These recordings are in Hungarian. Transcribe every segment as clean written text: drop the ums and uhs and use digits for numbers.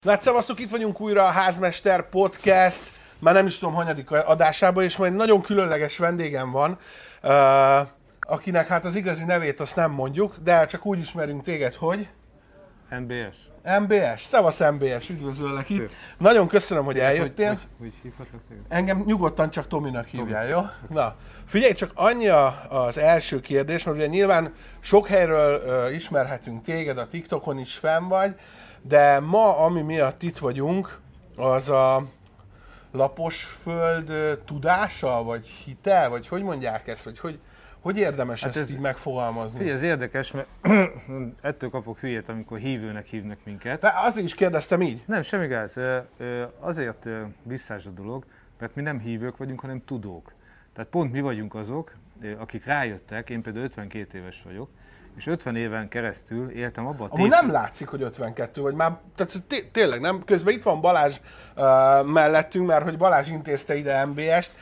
Na hát szevasztok, itt vagyunk újra a Házmester Podcast, már nem is tudom hanyadik adásában, és majd nagyon különleges vendégem van, akinek hát az igazi nevét azt nem mondjuk, de csak úgy ismerünk téged, hogy... MBS. MBS, szevasz MBS, üdvözöllek itt. Nagyon köszönöm, hogy eljöttél. Hogy hívhatlak téged? Engem nyugodtan csak Tominak hívjál, jó? Na, figyelj, csak annyi az első kérdés, mert ugye nyilván sok helyről ismerhetünk téged, a TikTokon is fenn vagy, de ma, ami miatt itt vagyunk, az a laposföld tudása, vagy hitel, vagy hogy mondják ezt, vagy hogy érdemes ezt így megfogalmazni? Figyelj, ez érdekes, mert ettől kapok hülyét, amikor hívőnek hívnak minket. De azért is kérdeztem így. Nem, semmi gáz. Azért visszás a dolog, mert mi nem hívők vagyunk, hanem tudók. Tehát pont mi vagyunk azok, akik rájöttek, én például 52 éves vagyok, és 50 éven keresztül éltem abban a Amúgy nem látszik, hogy 52 vagy már, tehát tényleg nem. Közben itt van Balázs mellettünk, mert hogy Balázs intézte ide MBS-t.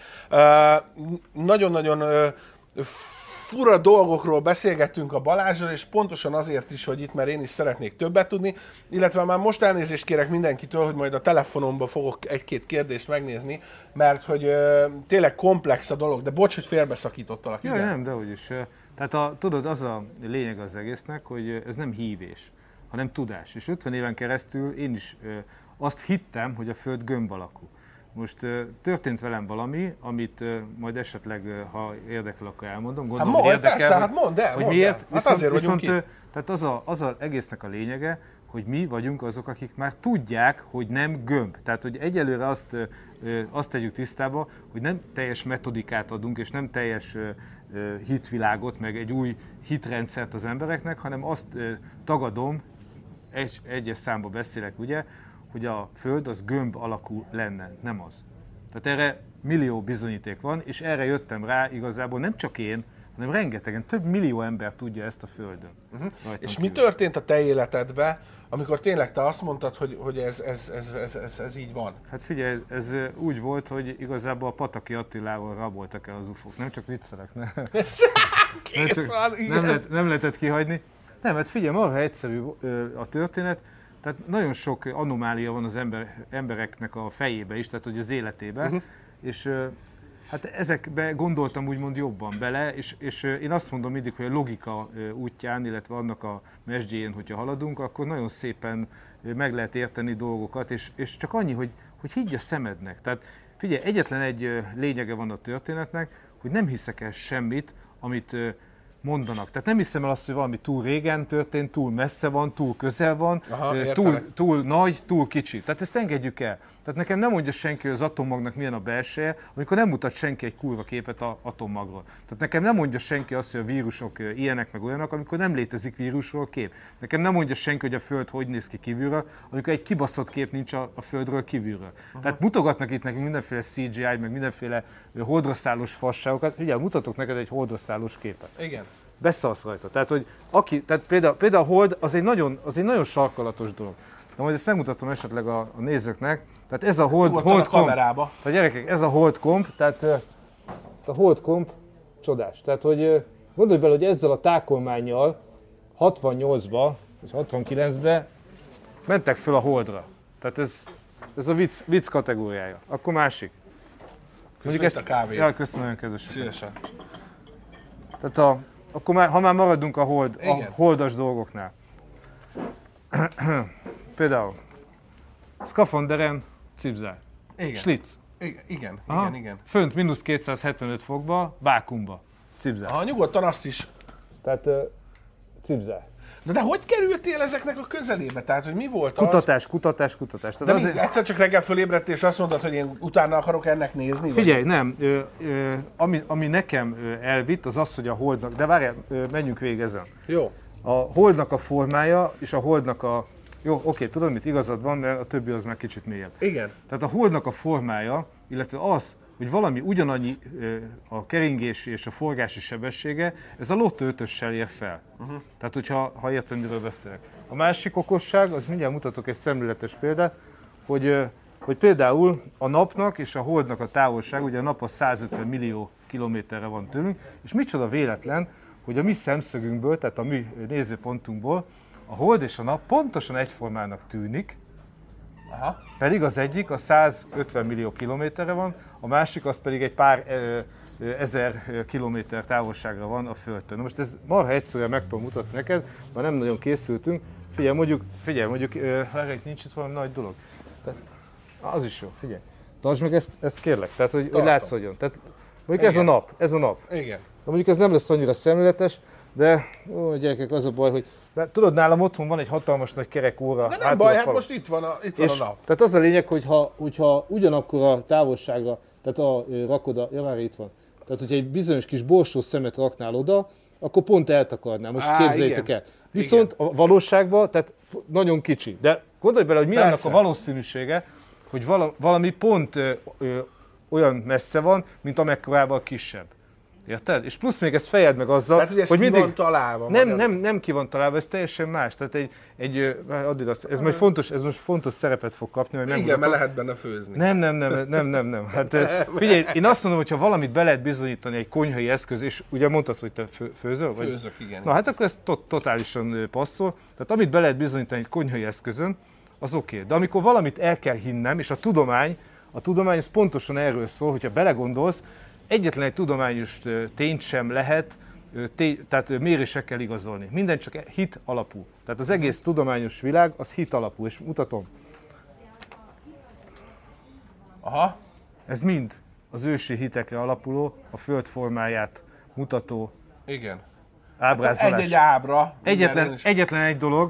Nagyon-nagyon fura dolgokról beszélgettünk a Balázsral, és pontosan azért is, hogy itt, mert én is szeretnék többet tudni, illetve már most elnézést kérek mindenkitől, hogy majd a telefonomba fogok egy-két kérdést megnézni, mert hogy tényleg komplex a dolog, de bocs, hogy félbeszakítottalak. Ja, nem, dehogy is. Tehát tudod, az a lényeg az egésznek, hogy ez nem hívés, hanem tudás. És 50 éven keresztül én is azt hittem, hogy a Föld gömb alakú. Most történt velem valami, amit majd esetleg, ha érdekel, akkor elmondom. Gondolom, hát érdekel, persze, hát mondd el, hogy mondd miért. El. Hát azért vagyunk viszont, itt. Tehát az egésznek a lényege, hogy mi vagyunk azok, akik már tudják, hogy nem gömb. Tehát, hogy egyelőre azt tegyük tisztába, hogy nem teljes metodikát adunk, és nem teljes hitvilágot, meg egy új hitrendszert az embereknek, hanem azt tagadom, egyes számba beszélek, ugye, hogy a Föld az gömb alakú lenne, nem az. Tehát erre millió bizonyíték van, és erre jöttem rá igazából nem csak én, hanem rengetegen, több millió ember tudja ezt a Földön. És mi történt a te életedben, amikor tényleg te azt mondtad, hogy ez így van? Hát figyelj, ez úgy volt, hogy igazából a Pataki Attilával raboltak el az ufók. Nem csak viccelek, ne? Nem lehetett kihagyni. Nem, hát figyelj, marha egyszerű a történet. Tehát nagyon sok anomália van az embereknek a fejébe is, tehát hogy az életébe. És hát ezekbe gondoltam úgymond jobban bele, és én azt mondom mindig, hogy a logika útján, illetve annak a mesdjén, hogyha haladunk, akkor nagyon szépen meg lehet érteni dolgokat, és csak annyi, hogy higgy a szemednek. Tehát figyelj, egyetlen egy lényege van a történetnek, hogy nem hiszek el semmit, amit mondanak. Tehát nem hiszem el azt, hogy valami túl régen történt, túl messze van, túl közel van, túl nagy, túl kicsi. Tehát ezt engedjük el. Tehát nekem nem mondja senki, hogy az atommagnak milyen a belseje, amikor nem mutat senki egy kurva képet az atommagról. Tehát nekem nem mondja senki azt, hogy a vírusok ilyenek meg olyanak, amikor nem létezik vírusról kép. Nekem nem mondja senki, hogy a Föld hogy néz ki kívülről, amikor egy kibaszott kép nincs a Földről kívülről. Tehát mutogatnak itt nekünk mindenféle CGI, meg mindenféle holdra szállós fasságokat. Ugye, mutatok neked egy holdra szállós képet. Igen. Beszalsz rajta. Tehát, hogy például a hold az egy nagyon sarkalatos dolog. De majd ezt megmutatom esetleg a nézőknek. Tehát ez a hold kamerába. Tehát gyerekek, ez a hold comp, tehát a hold comp csodás. Tehát, hogy gondolj bele, hogy ezzel a tákolmánnyal 68-ba, és 69-be mentek föl a holdra. Tehát ez a vicc kategóriája. Akkor másik. Mondjuk a kávé. Ja, köszönöm, nagyon kedves. Szívesen. Tehát akkor ha már maradunk a holdas dolgoknál. Például szkafanderen cipzár. Slitz. Igen. Fönt mínusz 275 fokba, vákuumba. Cipzár. Aha, nyugodtan azt is. Tehát cipzár. De hogy kerültél ezeknek a közelébe? Tehát, hogy mi volt Kutatás. Tehát de azért... egyszer csak reggel fölébredtél, és azt mondtad, hogy én utána akarok ennek nézni? Figyelj, nem. Ami nekem elvitt, az, hogy a holdnak... De várjál, menjünk végig ezen. Jó. A holdnak a formája, és a holdnak a... Jó, oké, tudod mit? Igazad van, mert a többi az már kicsit mélyebb. Igen. Tehát a holdnak a formája, illetve az, hogy valami ugyanannyi a keringési és a forgási sebessége, ez a Lotto 5-össel ér fel. Tehát, hogyha értem, miről beszélek. A másik okosság, az mindjárt mutatok egy szemléletes példát, hogy például a napnak és a holdnak a távolság, ugye a nap az 150 millió kilométerre van tőlünk, és micsoda véletlen, hogy a mi szemszögünkből, tehát a mi nézőpontunkból a hold és a nap pontosan egyformának tűnik, Aha. Pedig az egyik a 150 millió kilométerre van, a másik az pedig egy pár ezer kilométer távolságra van a Földtől. Na most ez marha egyszerűen meg tudom mutatni neked, már nem nagyon készültünk. Figyelj, mondjuk, nincs itt valami nagy dolog. Tehát, az is jó, figyelj. Tartsd meg ezt kérlek, tehát hogy látszódjon. Tehát, mondjuk ez a nap. Igen. Mondjuk ez nem lesz annyira szemléletes, de gyerekek, az a baj, hogy tudod, nálam otthon van egy hatalmas nagy kerek óra. De nem baj, hát most itt van a nap. Tehát az a lényeg, hogyha ugyanakkor a távolságra, tehát rakod ja már itt van. Tehát, hogyha egy bizonyos kis borsós szemet raknál oda, akkor pont eltakarnál. Most képzeljétek el. Viszont a valóságban, tehát nagyon kicsi. De gondolj bele, hogy mi annak a valószínűsége, hogy valami pont olyan messze van, mint amekkorában kisebb. Érted? És plusz még ezt fejed meg azzal, tehát, hogy mindig van találva. Nem ki van találva, ez teljesen más. Tehát ez most fontos szerepet fog kapni. Hogy igen, mert lehet benne főzni. Nem. Hát figyelj, én azt mondom, hogy ha valamit be lehet bizonyítani egy konyhai eszköz, és ugye mondtad, hogy te főzöl? Főzök, igen. Na hát akkor ez totálisan passzol. Tehát amit be lehet bizonyítani egy konyhai eszközön, az oké. De amikor valamit el kell hinnem, és a tudomány az pontosan erről szól, hogyha belegondolsz, egyetlen egy tudományos tényt sem lehet, tehát mérésekkel igazolni. Minden csak hit alapú. Tehát az egész tudományos világ az hit alapú, és mutatom. Aha. Ez mind az ősi hitekre alapuló, a Föld formáját mutató ábrázolás. Hát egy ábra. Egyetlen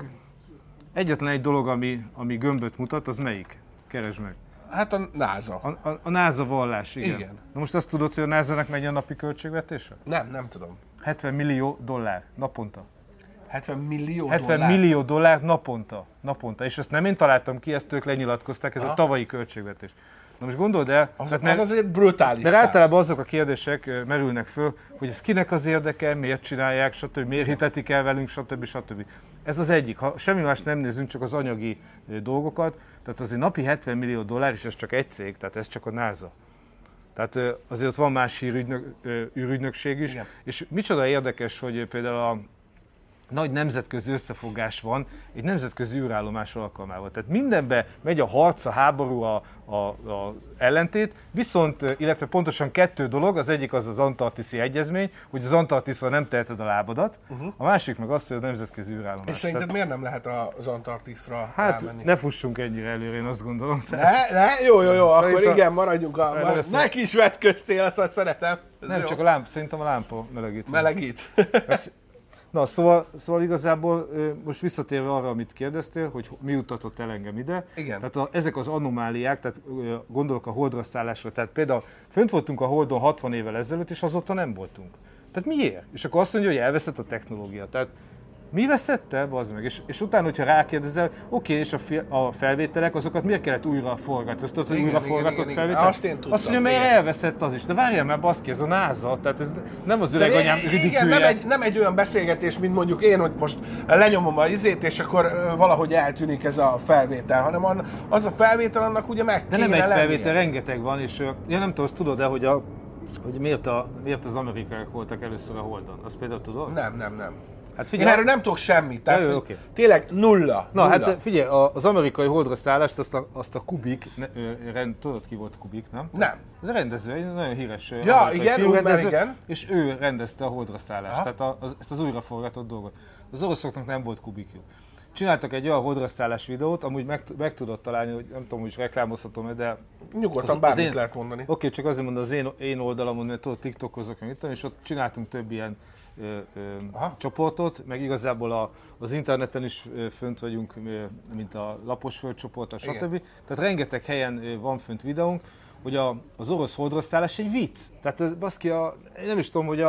egy dolog, ami gömböt mutat, az melyik? Keresd meg. Hát a NASA. A NASA vallás, igen. Na most azt tudod, hogy a NASA-nak mennyi a napi költségvetése? Nem tudom. $70 millió naponta. 70 millió dollár? 70 millió dollár naponta. És ezt nem én találtam ki, ezt ők lenyilatkozták, ez a tavalyi költségvetés. Na most gondold el... Az azért brutális. Mert általában azok a kérdések merülnek föl, hogy ez kinek az érdeke, miért csinálják, stb. Miért hitetik el velünk, stb. Ez az egyik. Ha semmi más nem nézzünk, csak az anyagi dolgokat, tehát azért napi 70 millió dollár, és ez csak egy cég, tehát ez csak a NASA. Tehát azért ott van más űrügynökség is. Igen. És micsoda érdekes, hogy például a nagy nemzetközi összefogás van egy nemzetközi űrállomás alkalmával. Tehát mindenbe megy a harc, a háború, a ellentét, viszont, illetve pontosan kettő dolog, az egyik az az Antarktiszi Egyezmény, hogy az Antarktiszra nem teheted a lábadat, a másik meg az, hogy a nemzetközi űrállomás. És szerinted miért nem lehet az Antarktiszra elmenni? Ne fussunk ennyire előre, én azt gondolom. Jó, akkor igen, maradjunk Meg is vetköztél, azt szeretem. Nem, csak szerintem a lámpa melegít. Melegít. Na, szóval igazából most visszatérve arra, amit kérdeztél, hogy mi jutatott el engem ide. Igen. Tehát ezek az anomáliák, tehát gondolok a Holdra szállásra, tehát például fönt voltunk a Holdon 60 évvel ezelőtt, és azóta nem voltunk. Tehát miért? És akkor azt mondja, hogy elveszett a technológia. Tehát mi veszett el, bazd meg? És utána, hogyha rákérdezel, oké, és a felvételek, azokat miért kellett újra forgatni? Azt tudod, hogy újra forgatott felvétel? Azt én tudtam. Azt mondja, mert elveszett az is. De várjál már, baszki, ez a NASA, tehát ez nem az öreg anyám ridikülje. Igen, nem egy olyan beszélgetés, mint mondjuk én, hogy most lenyomom a izét, és akkor valahogy eltűnik ez a felvétel, hanem az a felvétel annak ugye meg kéne lennie. De nem egy felvétel, rengeteg van, és nem tudom, azt tudod-e, hogy miért az amerikaiak voltak először a Holdon? Azt például tudod? Nem. Hát figyelj, én erről nem tudok semmit, tehát okay. Tényleg nulla. Hát figyelj, az amerikai Holdra szállást azt a Kubik, tudod ki volt Kubik, nem? Nem. Ez a rendező, egy nagyon híres filmrendező, igen. És ő rendezte a Holdra szállást, tehát ezt az újraforgatott dolgot. Az oroszoknak nem volt Kubikjuk. Csináltak egy olyan Holdra szállás videót, amúgy meg tudod találni, hogy nem tudom, hogy reklámozhatom-e, de... Nyugodtan bármit lehet mondani. Oké, csak azért mondom, az én oldalamon, mert tudod, TikTokozok, és ott csináltunk több ilyen csoportot, meg igazából az interneten is fönt vagyunk, mint a Laposföld csoport, stb. Tehát rengeteg helyen van fönt videónk, hogy az orosz Holdra szállás egy vicc. Tehát baszki, én nem is tudom, hogy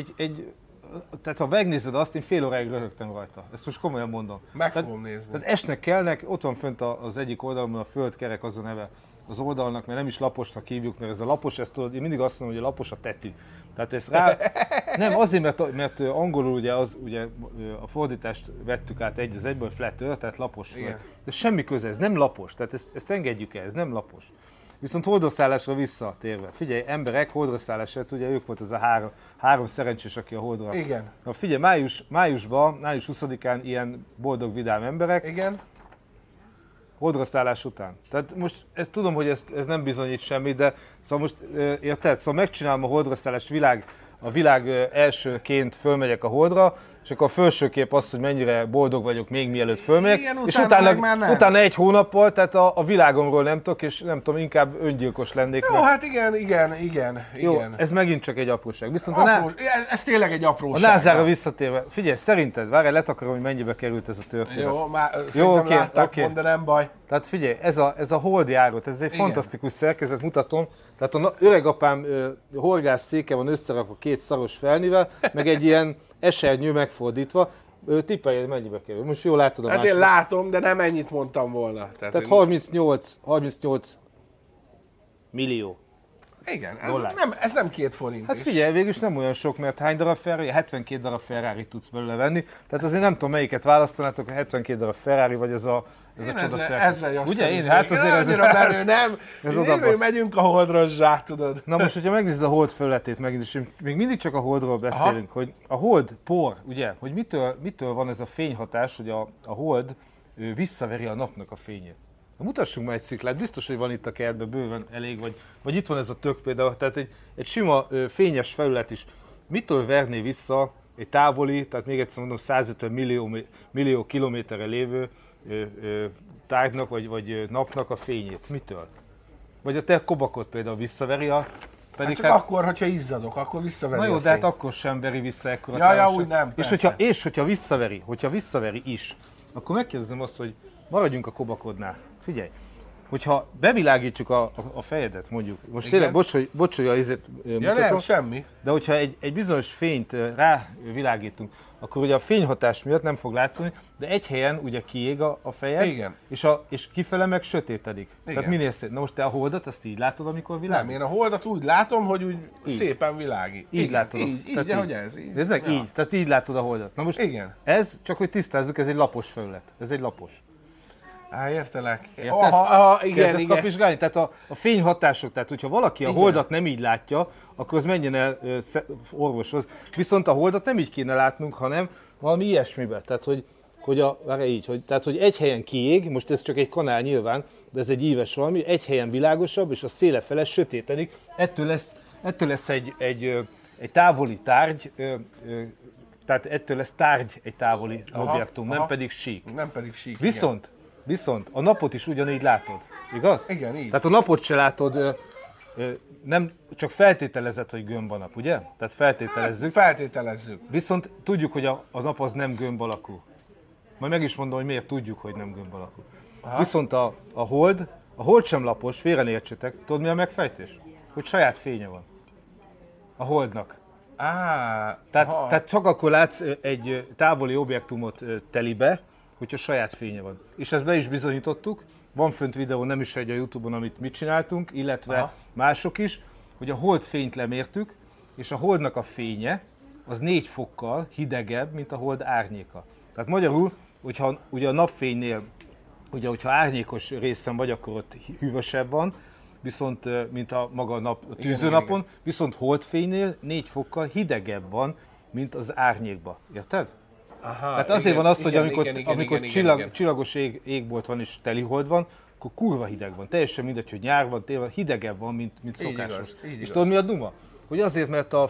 tehát ha megnézed azt, én fél óráig röhögtem rajta. Ezt most komolyan mondom. Fogom nézni. Tehát esnek kellnek, ott van fönt az egyik oldalon a földkerek, az a neve az oldalnak, mert nem is laposnak hívjuk, mert ez a lapos, ezt tudod, én mindig azt mondom, hogy a lapos a tetű. Tehát ez nem azért, mert angolul ugye a fordítást vettük át egy az egyből, flat earth, tehát lapos föld. De semmi köze, ez nem lapos, tehát ezt engedjük el, ez nem lapos. Viszont holdraszállásra visszatérve. Figyelj, emberek holdraszállásra, ugye ők volt az a három szerencsés, aki a Holdra. Igen. Na figyelj, május 20-án ilyen boldog, vidám emberek. Igen. Holdra szállás után. Tehát most ezt tudom, hogy ez nem bizonyít semmit, de szóval most érted? Szóval megcsinálom a holdra szállást a világ elsőként fölmegyek a holdra, és akkor a felső kép az, hogy mennyire boldog vagyok még mielőtt fölmegyek, és utána egy hónappal, tehát a világomról nem tudok, és nem tudom, inkább öngyilkos lennék. Jó, hát igen. Jó, ez megint csak egy apróság. Viszont ez tényleg egy apróság. A NASA-ra visszatérve, figyelj, szerinted, várj, letakarom, hogy mennyibe került ez a történet. Jó, már szerintem látták, de nem baj. Tehát figyelj, ez a holdjárót, ez egy fantasztikus szerkezet, mutatom. Tehát a öregapám horgászszéke van összerakva két szaros felnivel, meg egy ilyen esernyő megfordítva. Tippeljél, mennyibe kerül? Most jól látod a másokat. Hát én látom, de nem ennyit mondtam volna. Tehát 38 millió. Igen, ez nem 2 forint. Hát figyelj, végülis nem olyan sok, mert hány darab Ferrari? 72 darab Ferrari tudsz belőle venni. Tehát azért nem tudom, melyiket választanátok, a 72 darab Ferrari, vagy ez a csoda ezzel ugye? Én, hát azért ez nem. Ez megyünk a holdra, zsák, tudod. Na most, hogyha megnézed a hold felületét megint, és még mindig csak a holdról beszélünk, hogy a hold por, ugye, hogy mitől van ez a fényhatás, hogy a hold visszaveri a napnak a fényét. Na, mutassunk már egy sziklát, biztos, hogy van itt a kertben bőven elég, vagy itt van ez a tök például, tehát egy sima fényes felület is. Mitől verné vissza egy távoli, tehát még egyszer mondom, 150 millió kilométerre lévő tárgynak vagy napnak a fényét? Mitől? Vagy a te kobakot például visszaveri pedig csak akkor, hogyha izzadok, akkor visszaveri. Na jó, de hát akkor sem veri vissza ekkora Ja, úgy nem, és hogyha visszaveri is, akkor megkérdezem azt, hogy maradjunk a kobakodnál. Figyelj, hogyha bevilágítjuk a fejedet, mondjuk, most tényleg, bocs, hogy azért mutatom, nem, semmi. De hogyha egy bizonyos fényt rávilágítunk, akkor ugye a fényhatás miatt nem fog látszani, de egy helyen ugye kiég a fejed, igen. És kifele meg sötétedik. Igen. Tehát minél szép. Na most te a holdat, azt így látod, amikor világít? Nem, én a holdat úgy látom, hogy úgy így. Szépen világít. Így látod. Így, ahogy ez. Így. Ezek? Ja. Így, tehát így látod a holdat. Na most igen. Ez, csak hogy tisztázzuk, ez egy lapos felület. Ez egy lapos. Értelek. Igen. Kapizsgálni? Tehát a fényhatások, tehát hogyha valaki a holdat nem így látja, akkor az menjen el orvoshoz. Viszont a holdat nem így kéne látnunk, hanem valami ilyesmiben. Tehát, hogy egy helyen kiég, most ez csak egy kanál nyilván, de ez egy íves valami, egy helyen világosabb, és a széle fele sötétedik. Ettől lesz egy távoli tárgy, tehát ettől lesz tárgy egy távoli objektum, nem pedig sík. Nem pedig sík. Viszont a napot is ugyanígy látod, igaz? Igen, így. Tehát a napot se látod, nem csak feltételezed, hogy gömb a nap, ugye? Tehát feltételezzük. Feltételezzük. Viszont tudjuk, hogy a nap az nem gömb alakú. Majd meg is mondom, hogy miért tudjuk, hogy nem gömb alakú. Aha. Viszont a hold sem lapos, félre ne értsetek. Tudod, mi a megfejtés? Hogy saját fénye van a holdnak. Tehát csak akkor látsz egy távoli objektumot telibe, hogyha saját fénye van. És ezt be is bizonyítottuk, van fönt videó, nem is egy a YouTube-on, amit mit csináltunk, illetve mások is, hogy a hold fényt lemértük, és a holdnak a fénye az 4 fokkal hidegebb, mint a hold árnyéka. Tehát magyarul, hogyha ugye a napfénynél, ugye, hogyha árnyékos részen vagy, akkor ott hűvösebb van, viszont mint a maga a tűzőnapon, igen. Viszont holdfénynél 4 fokkal hidegebb van, mint az árnyékba. Érted? Aha, tehát azért van az, hogy amikor csillagos égbolt van és telihold van, akkor kurva hideg van. Teljesen mindegy, hogy nyár van, tél van, hidegebb van, mint szokásos. És tudod mi a duma? Hogy azért, mert a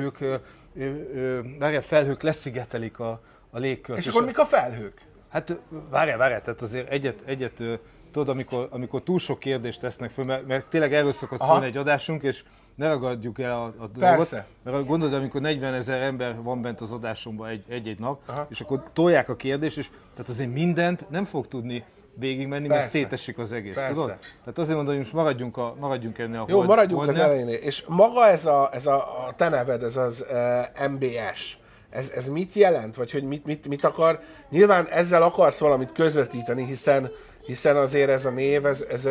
felhők leszigetelik a légkört. És akkor mik a felhők? Hát várjál, tehát azért egyet tudod, amikor túl sok kérdést tesznek föl, mert tényleg erről szokott szólni egy adásunk, és ne ragadjuk el a dolgot, mert gondolod, amikor 40 000 ember van bent az adásomban egy nap, és akkor tolják a kérdést, és tehát azért mindent nem fog tudni végigmenni, mert szétesik az egész, tudod? Tehát azért mondom, hogy most maradjunk ennél a Jó, maradjunk az elejénél. És maga ez a te neved, ez az MBS, ez mit jelent? Vagy hogy mit akar? Nyilván ezzel akarsz valamit közvetíteni, hiszen azért ez a név,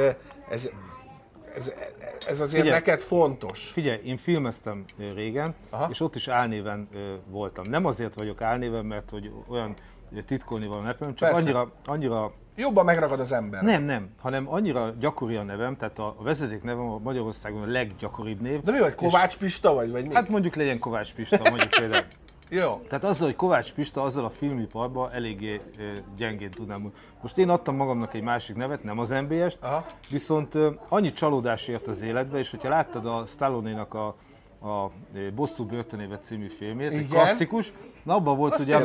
ez azért neked fontos. Figyelj, én filmeztem régen, és ott is álnéven voltam. Nem azért vagyok álnéven, mert hogy olyan titkolni van a nevem, csak annyira... Jobban megragad az ember. Nem, hanem annyira gyakori a nevem, tehát a vezeték nevem a Magyarországon a leggyakoribb név. De mi vagy, Kovács Pista vagy mi? Hát mondjuk legyen Kovács Pista, mondjuk például. Jó. Tehát azzal, hogy Kovács Pista, azzal a filmiparban eléggé gyengén tudnám mondani. Most én adtam magamnak egy másik nevet, nem az MBS-t, viszont annyi csalódás ért az életbe, és hogyha láttad a Stallone-nak a Bosszú börtönébe című filmét, egy klasszikus, na abban volt ugye,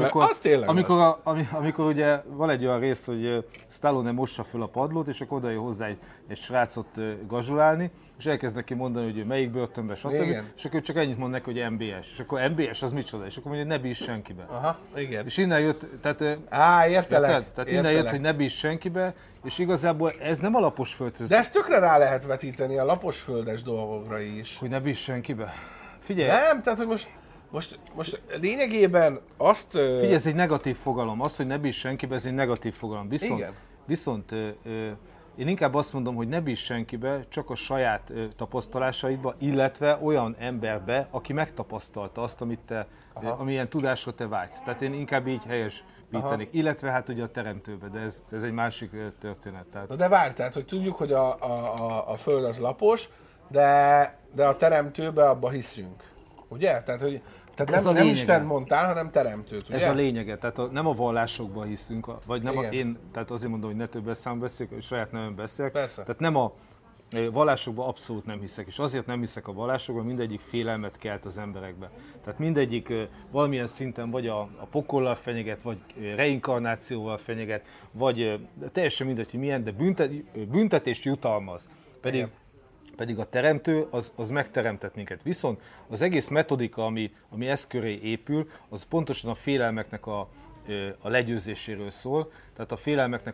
amikor ugye van egy olyan rész, hogy Stallone mossa föl a padlót, és akkor oda jön hozzá egy srácot gazsulálni, és elkezd neki mondani, hogy ő melyik börtönbe, stb. És akkor csak ennyit mond neki, hogy MBS. És akkor MBS az micsoda? És akkor mondja, hogy ne bízz senkibe. Aha, igen. És innen jött, tehát, értelek. Tehát innen jött, hogy ne bízz senkibe, és igazából ez nem a laposföldhöz. De ezt tökre rá lehet vetíteni a laposföldes dolgokra is. Hogy ne bízz senkibe. Figyelj! Nem, tehát hogy most lényegében azt... Figyelj, ez egy negatív fogalom. Az, hogy ne bízz senkibe, ez egy negatív fogalom. Viszont én inkább azt mondom, hogy ne bízz senkibe, csak a saját tapasztalásaidba, illetve olyan emberbe, aki megtapasztalta azt, amilyen tudásra te vágysz. Tehát én inkább így helyesbítenék. Illetve hát ugye a teremtőbe, de ez egy másik történet. Tehát... De várj, tehát hogy tudjuk, hogy a Föld az lapos, de a teremtőbe abba hiszünk. Ugye? Tehát nem Isten mondtál, hanem teremtőt, ugye? Ez a lényege, tehát nem a vallásokban hiszünk, vagy nem én, tehát azért mondom, hogy ne több számban beszélek, hogy saját nevem beszélek. Persze. Tehát nem a vallásokban abszolút nem hiszek, és azért nem hiszek a vallásokban, mindegyik félelmet kelt az emberekbe. Tehát mindegyik valamilyen szinten vagy a pokollal fenyeget, vagy reinkarnációval fenyeget, vagy teljesen mindegy, hogy milyen, de büntetést jutalmaz. Pedig a teremtő az megteremtett minket. Viszont az egész metodika, ami ez köré épül, az pontosan a félelmeknek a legyőzéséről szól. Tehát a félelmeknek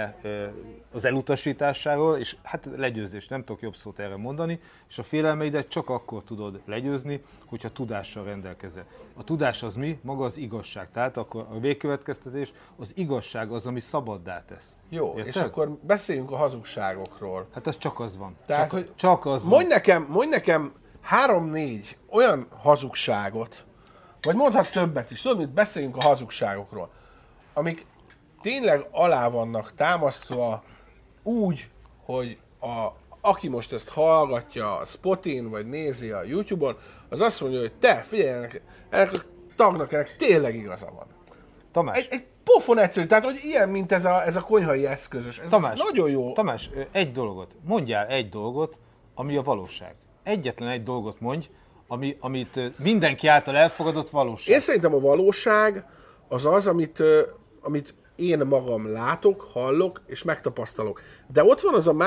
az elutasításáról, és hát legyőzés, nem tudok jobb szót erre mondani, és a félelmeidet csak akkor tudod legyőzni, hogyha tudással rendelkezel. A tudás az mi? Maga az igazság. Tehát akkor a végkövetkeztetés, az igazság az, ami szabaddá tesz. Jó, érted? És akkor beszéljünk a hazugságokról. Hát az csak az van. Tehát, csak az mondj nekem 3-4 olyan hazugságot, vagy mondhatsz többet is, tudod mit? Beszéljünk a hazugságokról, amik tényleg alá vannak támasztva úgy, hogy aki most ezt hallgatja a Spotin, vagy nézi a YouTube-on, az azt mondja, hogy te, figyelj, ennek a tagnak ennek tényleg igaza van. Tamás. Egy pofon egyszerű, tehát hogy ilyen, mint ez a konyhai eszközös. Ez nagyon jó. Tamás, mondjál egy dolgot, ami a valóság. Egyetlen egy dolgot mondj, amit mindenki által elfogadott valóság. Én szerintem a valóság az, amit én magam látok, hallok és megtapasztalok. De ott van az a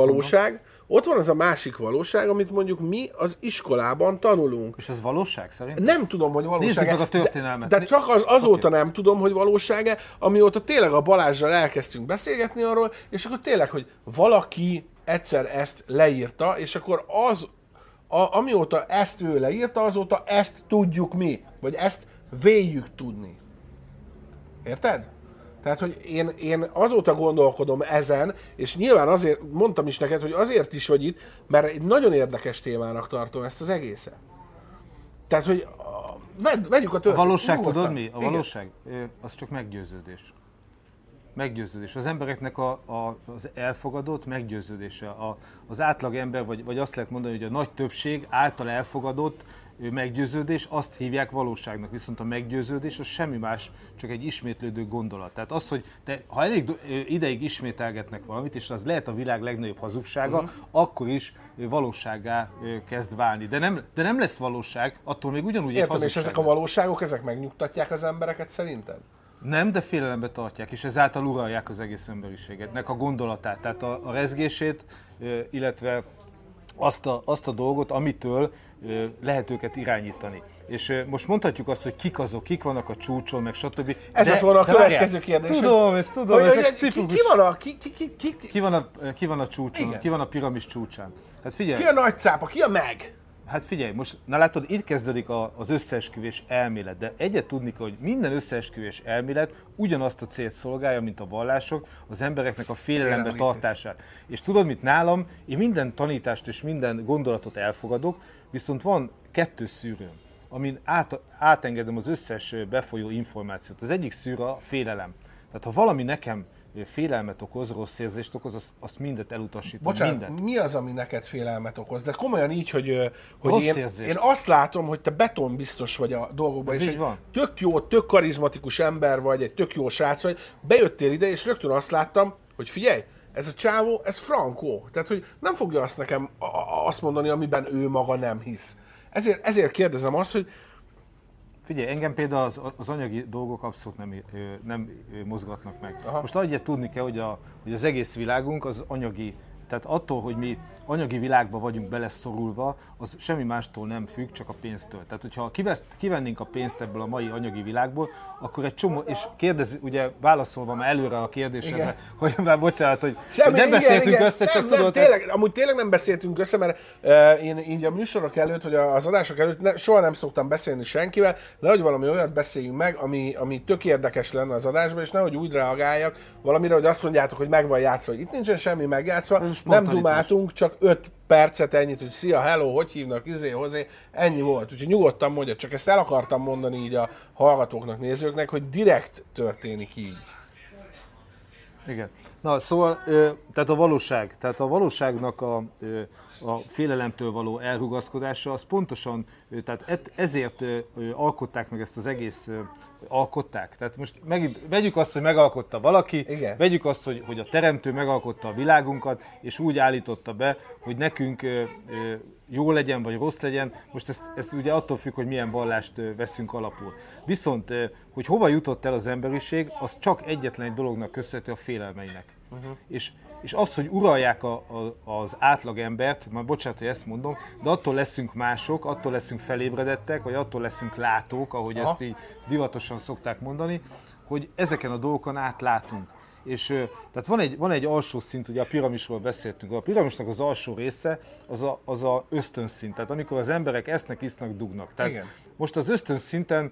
másik valóság, amit mondjuk mi az iskolában tanulunk. És ez valóság szerint? Nem tudom, hogy valóság. Nézzük meg a történelmet. De csak azóta nem tudom, hogy valóság-e, amióta tényleg a Balázsral elkezdtünk beszélgetni arról, és akkor tényleg, hogy valaki egyszer ezt leírta, és akkor amióta ezt ő leírta, azóta ezt tudjuk mi, vagy ezt véljük tudni. Érted? Tehát, hogy én azóta gondolkodom ezen, és nyilván azért, mondtam is neked, hogy azért is vagy itt, mert egy nagyon érdekes témának tartom ezt az egészet. Tehát, hogy vegyük a történetet. A valóság tudod mi? A valóság az csak meggyőződés. Meggyőződés. Az embereknek az elfogadott meggyőződése. Az átlag ember, vagy azt lehet mondani, hogy a nagy többség által elfogadott meggyőződés, azt hívják valóságnak. Viszont a meggyőződés az semmi más, csak egy ismétlődő gondolat. Tehát az, hogy ha elég ideig ismételgetnek valamit, és az lehet a világ legnagyobb hazugsága, akkor is valósággá kezd válni. De nem lesz valóság, attól még ugyanúgy egy hazugság. És ezek a valóságok, ezek megnyugtatják az embereket szerinted? Nem, de félelembe tartják, és ezáltal uralják az egész emberiségetnek a gondolatát, tehát a rezgését, illetve azt a dolgot, amitől lehet őket irányítani. És most mondhatjuk azt, hogy kik azok, kik vannak a csúcson, meg stb. Ez lett volna a következő kérdés. Tudom. Ki van a csúcson, igen. Ki van a piramis csúcsán? Hát figyelj. Ki a nagy cápa, ki a meg? Hát figyelj, most, látod, itt kezdődik az összeesküvés elmélet, de egyet tudni kell, hogy minden összeesküvés elmélet ugyanazt a célt szolgálja, mint a vallások, az embereknek a félelembe tartását. És tudod mit, nálam, én minden tanítást és minden gondolatot elfogadok, viszont van 2 szűrőm, amin átengedem az összes befolyó információt. Az egyik szűrő a félelem. Tehát ha valami nekem félelmet okoz, rossz érzést okoz, azt mindet elutasítom. Bocsánat, mindent. mi az, ami neked félelmet okoz? De komolyan így, hogy Rossz én érzés. azt látom, hogy te betonbiztos vagy a dolgokban, Ez és így egy van. tök jó, tök karizmatikus ember vagy, egy tök jó srác vagy, bejöttél ide, és rögtön azt láttam, hogy figyelj, ez a csávó, ez frankó. Tehát, hogy nem fogja azt nekem azt mondani, amiben ő maga nem hisz. Ezért kérdezem azt, hogy Figyelj, engem például az anyagi dolgok abszolút nem mozgatnak meg. Aha. Most egyet tudni kell, hogy az egész világunk az anyagi, tehát attól, hogy mi anyagi világba vagyunk beleszorulva, az semmi mástól nem függ, csak a pénztől. Tehát, hogyha kivennénk a pénzt ebből a mai anyagi világból, akkor egy csomó, és ugye válaszolva már előre a kérdésedre, hogy már bocsánat, hogy nem beszéltünk össze, csak tudod... Amúgy tényleg nem beszéltünk össze, mert én így a műsorok előtt, vagy az adások előtt soha nem szoktam beszélni senkivel, de hogy valami olyat beszéljünk meg, ami tök érdekes lenne az adásban, és nehogy úgy reagáljak valamire, hogy azt mondjátok, hogy meg van játszva, hogy itt nincsen semmi megjátszva, nem dumáltunk, csak 5 percet ennyit, hogy szia, hello, hogy hívnak, hozé, ennyi volt. Úgyhogy nyugodtan mondja, csak ezt el akartam mondani így a hallgatóknak, nézőknek, hogy direkt történik így. Igen. Na, szóval, tehát a valóságnak a félelemtől való elrugaszkodása, az pontosan, tehát ezért alkották meg ezt az egész, alkották. Tehát most vegyük azt, hogy megalkotta valaki, Igen. vegyük azt, hogy a teremtő megalkotta a világunkat, és úgy állította be, hogy nekünk jó legyen, vagy rossz legyen. Most ez ugye attól függ, hogy milyen vallást veszünk alapul. Viszont, hogy hova jutott el az emberiség, az csak egyetlen egy dolognak köszönhető, a félelmeinek. És az, hogy uralják az átlagembert, már bocsánat, hogy ezt mondom, de attól leszünk mások, attól leszünk felébredettek, vagy attól leszünk látók, ahogy ezt így divatosan szokták mondani, hogy ezeken a dolgokon átlátunk. És tehát van egy alsó szint, ugye a piramisról beszéltünk, a piramisnak az alsó része az a ösztönszint, tehát amikor az emberek esznek, isznak, dugnak. Tehát Igen. most az ösztönszinten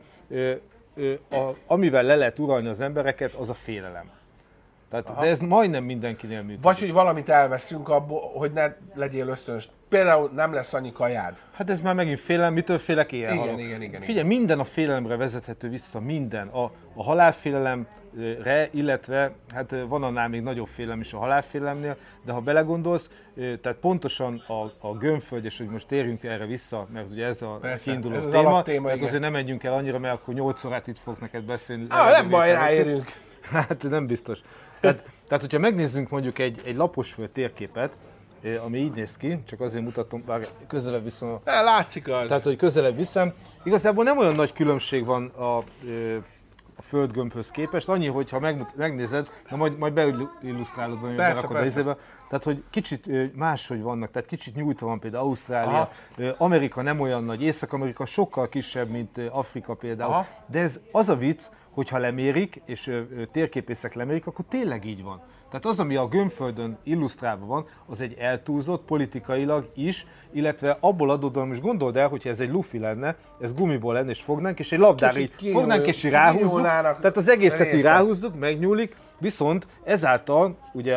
amivel le lehet uralni az embereket, az a félelem. Tehát, de ez majdnem mindenkinél működik. Vagy hogy valamit elveszünk abból, hogy ne legyél ösztönös. Például nem lesz annyi kajád. Hát ez már megint félelem, mitől félek, éjjel halok. Igen. Figyelj, minden a félelemre vezethető vissza, minden. A halálfélelemre, illetve hát van annál még nagyobb félelem is a halálfélelemnél, de ha belegondolsz, tehát pontosan a gömbföld, és hogy most térjünk erre vissza, mert ugye ez a kiinduló téma, tehát azért nem menjünk el annyira, mert akkor 8 órát itt fogok neked beszélni. Nem baj, ráérünk. Hát nem biztos. Tehát hogyha megnézzünk mondjuk egy laposföld térképet, ami így néz ki, csak azért mutatom, bár közelebb viszem. Látszik az. Tehát, hogy közelebb viszem. Igazából nem olyan nagy különbség van a földgömbhöz képest, annyi, hogyha megnézed, majd beillusztrálod, majd berakod a izébe. Tehát, hogy kicsit máshogy vannak, tehát kicsit nyújtva van például Ausztrália, Amerika nem olyan nagy, Észak-Amerika sokkal kisebb, mint Afrika például. Aha. De ez az a vicc, hogyha lemérik, és térképészek lemérik, akkor tényleg így van. Tehát az, ami a gömbföldön illusztrálva van, az egy eltúlzott politikailag is, illetve abból adódóan, most gondold el, hogyha ez egy lufi lenne, ez gumiból lenne, és fognánk, és egy labdára így fognánk, és így ráhúzzuk. Tehát az egészet így ráhúzzuk, megnyúlik, viszont ezáltal ugye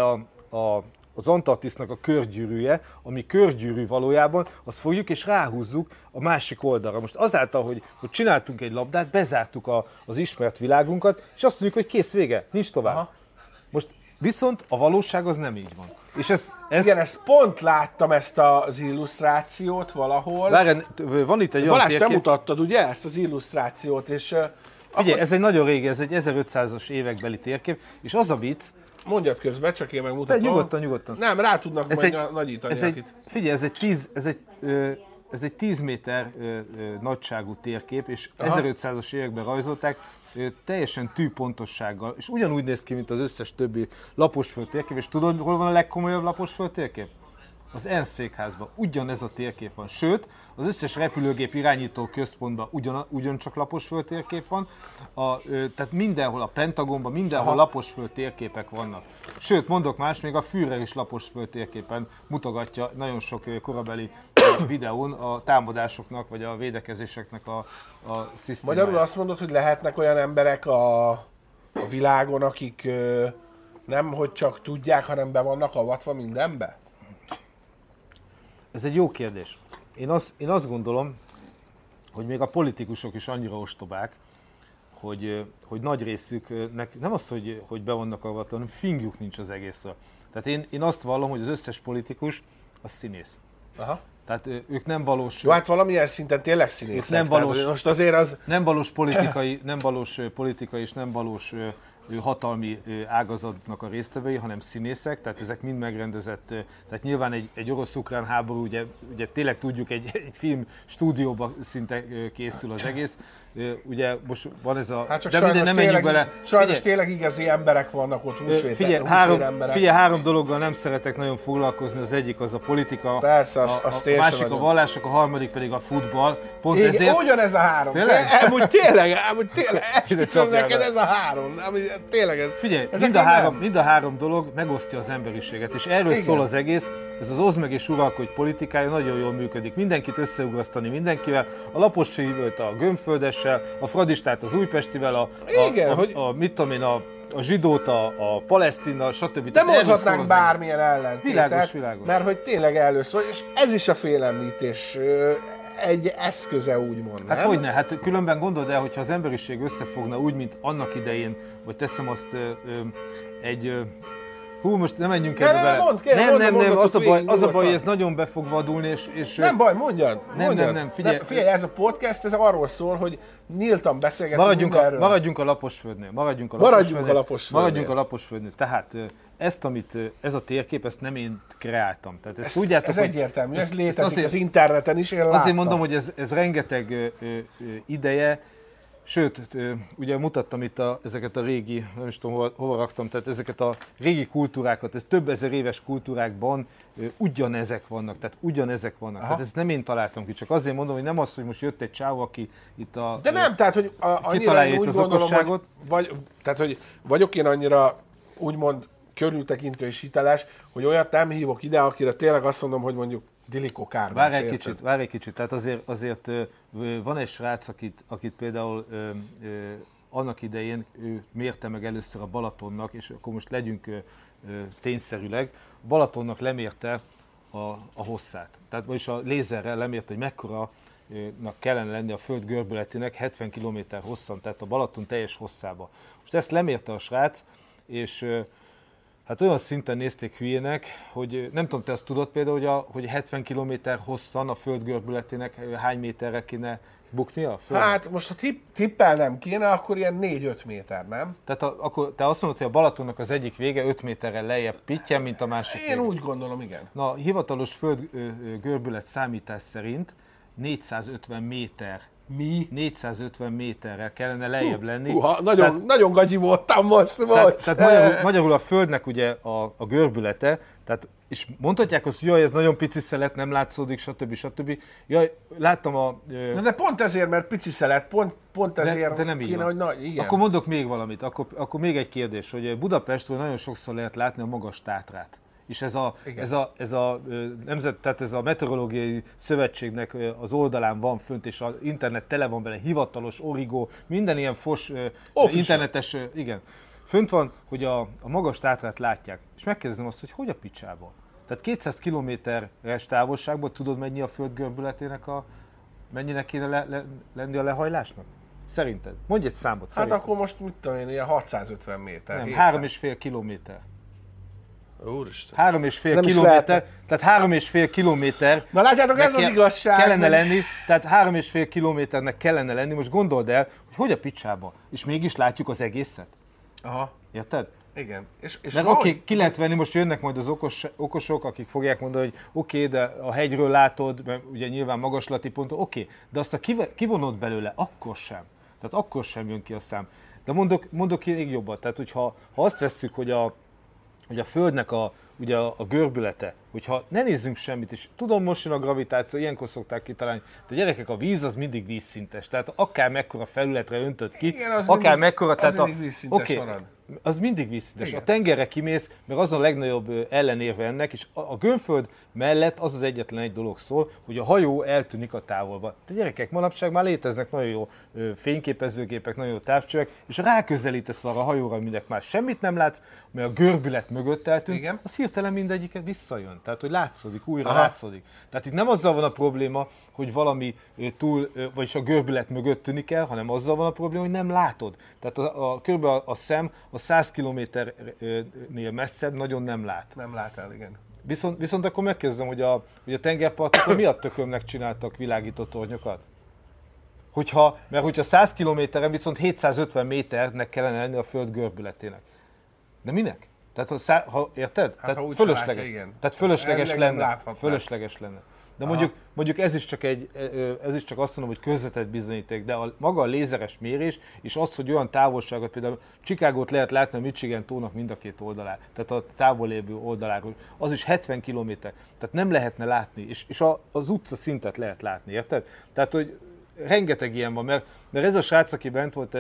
az Antarktisznak a körgyűrűje, ami körgyűrű valójában, azt fogjuk és ráhúzzuk a másik oldalra. Most azáltal, hogy csináltunk egy labdát, bezártuk az ismert világunkat, és azt mondjuk, hogy kész, vége, nincs tovább. Aha. Most viszont a valóság az nem így van. És Igen, ezt pont láttam, ezt az illusztrációt valahol. Van itt egy olyan Balázs, te mutattad ugye ezt az illusztrációt, és... Figyelj, ez egy nagyon régi, ez egy 1500-as évekbeli térkép, és az a vicc... Mondjad közben, csak én megmutatom. Nyugodtan. Nem, rá tudnak majd nagyítani. Figyelj, ez egy 10 méter nagyságú térkép, és 1500-as években rajzolták, teljesen tűpontossággal, és ugyanúgy néz ki, mint az összes többi laposföld térkép, és tudod, hol van a legkomolyabb laposföld térkép? Az ENSZ székházban ugyanez a térkép van, sőt, az összes repülőgép irányító központban ugyancsak laposföld térkép van, tehát mindenhol, a Pentagonban, mindenhol laposföld térképek vannak. Sőt, mondok más, még a Führer is laposföld térképen mutogatja nagyon sok korabeli videón a támadásoknak, vagy a védekezéseknek a szisztémáját. Magyarul azt mondod, hogy lehetnek olyan emberek a világon, akik nem hogy csak tudják, hanem be vannak avatva mindenbe? Ez egy jó kérdés. Én azt gondolom, hogy még a politikusok is annyira ostobák, hogy nagy részüknek nem az, hogy be vannak avatva, hanem fingjuk nincs az egészről. Tehát én azt vallom, hogy az összes politikus az színész. Aha. Tehát ők nem valós... Jó, hát valamilyen szinten tényleg színészek. Nem valós, tehát, most azért az... Nem valós politikai és nem valós hatalmi ágazatnak a résztvevői, hanem színészek, tehát ezek mind megrendezett, tehát nyilván egy orosz-ukrán háború, ugye tényleg tudjuk, egy film stúdióban szinte készül az egész, ugye most van ez a... Hát csak de minden nem menjünk bele. Sajnos tényleg igazi emberek vannak ott, Figyelj, három dologgal nem szeretek nagyon foglalkozni, az egyik az a politika, persze, a másik a vallások, a harmadik pedig a futball. Pont igen, ezért... ugyanez a három. Tényleg? Amúgy tényleg, esküszöm neked ez a három. Tényleg ez... Figyelj, mind a három dolog megosztja az emberiséget, és erről szól az egész. Ez az oszd meg és uralkodj politikája nagyon jól működik. Mindenkit összeugrasztani mindenkivel, a Laposfőt a Gömbföldessel, a Fradistát az Újpestivel, a zsidót a palesztinnal, stb. De mondhatnánk bármilyen ellentétet, világos. Mert hogy tényleg először, és ez is a félemlítés egy eszköze, úgymond, nem? Hát hogyne, hát különben gondold el, hogyha az emberiség összefogna úgy, mint annak idején, vagy teszem azt most nem menjünk ebbe bele. Nem, az a baj, hogy ez nagyon be fog vadulni, és... Nem baj, mondjad. Nem, figyelj, ez a podcast, ez arról szól, hogy nyíltan beszélgetünk mindenről. Maradjunk a Laposföldnél. Maradjunk a Laposföldnél. Tehát ez a térkép, ezt nem én kreáltam. Tehát ezt tudjátok, ez egyértelmű, ez létezik az interneten is, én láttam. Azért mondom, hogy ez rengeteg ideje, sőt, ugye mutattam itt ezeket a régi, nem is tudom hova raktam, tehát ezeket a régi kultúrákat, ez több ezer éves kultúrákban ugyanezek vannak. Tehát ezt nem én találtam ki, csak azért mondom, hogy nem az, hogy most jött egy csávó, aki itt a... De nem, tehát, hogy annyira én úgy gondolom, hogy vagyok én annyira úgymond körültekintő és hiteles, hogy olyat nem hívok ide, akire tényleg azt mondom, hogy mondjuk Diliko Kármán. Várj egy kicsit. Tehát azért van egy srác, akit például annak idején ő mérte meg először a Balatonnak, és akkor most legyünk tényszerűleg, Balatonnak lemérte a hosszát. Tehát vagyis a lézerrel lemérte, hogy mekkora kellene lenni a föld görbületének 70 km hosszan, tehát a Balaton teljes hosszába. Most ezt lemérte a srác, és hát olyan szinten nézték hülyének, hogy nem tudom, te azt tudod például, hogy 70 km hosszan a föld görbületének hány méterre kéne buknia? Hát most ha tippelnem kéne, akkor ilyen 4-5 méter, nem? Tehát akkor te azt mondod, hogy a Balatonnak az egyik vége 5 méterrel lejjebb pittyen, mint a másik vége. Én úgy gondolom, igen. Na, hivatalos föld görbület számítás szerint 450 méter. 450 méterrel kellene lejjebb lenni. Nagyon gagyi voltam most. Tehát magyarul a Földnek ugye a görbülete, tehát, és mondhatják azt, hogy jaj, ez nagyon pici szelet, nem látszódik, stb. Jaj, láttam de pont ezért, mert pici szelet, pont ezért de nem így kéne, van. hogy nagy, igen. Akkor mondok még valamit, akkor még egy kérdés, hogy Budapestről nagyon sokszor lehet látni a Magas Tátrát. És ez a Meteorológiai Szövetségnek az oldalán van fönt, és az internet tele van vele, hivatalos, origó, minden ilyen fos, internetes, igen. Fönt van, hogy a Magas Tátrát látják. És megkérdezem azt, hogy a picsába? Tehát 200 kilométeres távolságban tudod mennyi a föld görbületének mennyire kéne lenni a lehajlásnak? Szerinted? Mondj egy számot. Hát akkor most mit tudom én, ilyen 650 méter. Nem, 3,5 kilométer. Úristen. 3,5 kilométer, tehát 3,5 kilométer. Na látjátok, ez az igazság. Kellene lenni, tehát 3,5 kilométernek kellene lenni, most gondold el, hogy a picsába, és mégis látjuk az egészet. Aha. Érted? Igen. Mert oké, ki lehet venni, most jönnek majd az okosok, akik fogják mondani, hogy oké, de a hegyről látod, mert ugye nyilván magaslati ponton, oké, de azt kivonod belőle, akkor sem. Tehát akkor sem jön ki a szám. De mondok még jobbat, tehát hogyha azt vesszük, hogy a Földnek ugye a görbülete, hogyha ne nézzünk semmit, és tudom, most jön a gravitáció, ilyenkor szokták kitalálni, de gyerekek, a víz az mindig vízszintes, tehát akár mekkora felületre öntött ki, igen, az akár mekkora, tehát mindig vízszintes marad. Az mindig vízszintes. Igen. A tengerre kimész, meg az a legnagyobb ellenérve ennek, és a Gömbföld mellett az egyetlen egy dolog szól, hogy a hajó eltűnik a távolba. De gyerekek, manapság már léteznek nagyon jó fényképezőgépek, nagyon jó távcsövek, és ráközelítesz arra a hajóra, aminek már semmit nem látsz, mert a görbület mögött eltűnt, igen. az hirtelen mindegyiket visszajön. Tehát, hogy látszódik, újra látszódik. Tehát itt nem azzal van a probléma, hogy valami túl, vagyis a görbület mögött tűnik el, hanem azzal van a probléma, hogy nem látod. Tehát körülbelül a szem a 100 kilométernél messzebb nagyon nem lát. Nem lát el, igen. Viszont akkor megkezdem, hogy a tengerpartokon miatt tökömnek csináltak világító tornyokat? Mert hogyha 100 kilométeren viszont 750 méternek kellene lenni a föld görbületének. De minek? Tehát, érted? Hát, tehát fölösleges. Igen. Tehát fölösleges lenne. De mondjuk ez is csak azt mondom, hogy közvetett bizonyíték, de maga a lézeres mérés, és az, hogy olyan távolságot, például Chicagót lehet látni a Michigan tónak mind a két oldalán, tehát a távol lévő oldaláról, az is 70 kilométer, tehát nem lehetne látni, és az utca szintet lehet látni, érted? Tehát, hogy rengeteg ilyen van, mert ez a srác, aki bent volt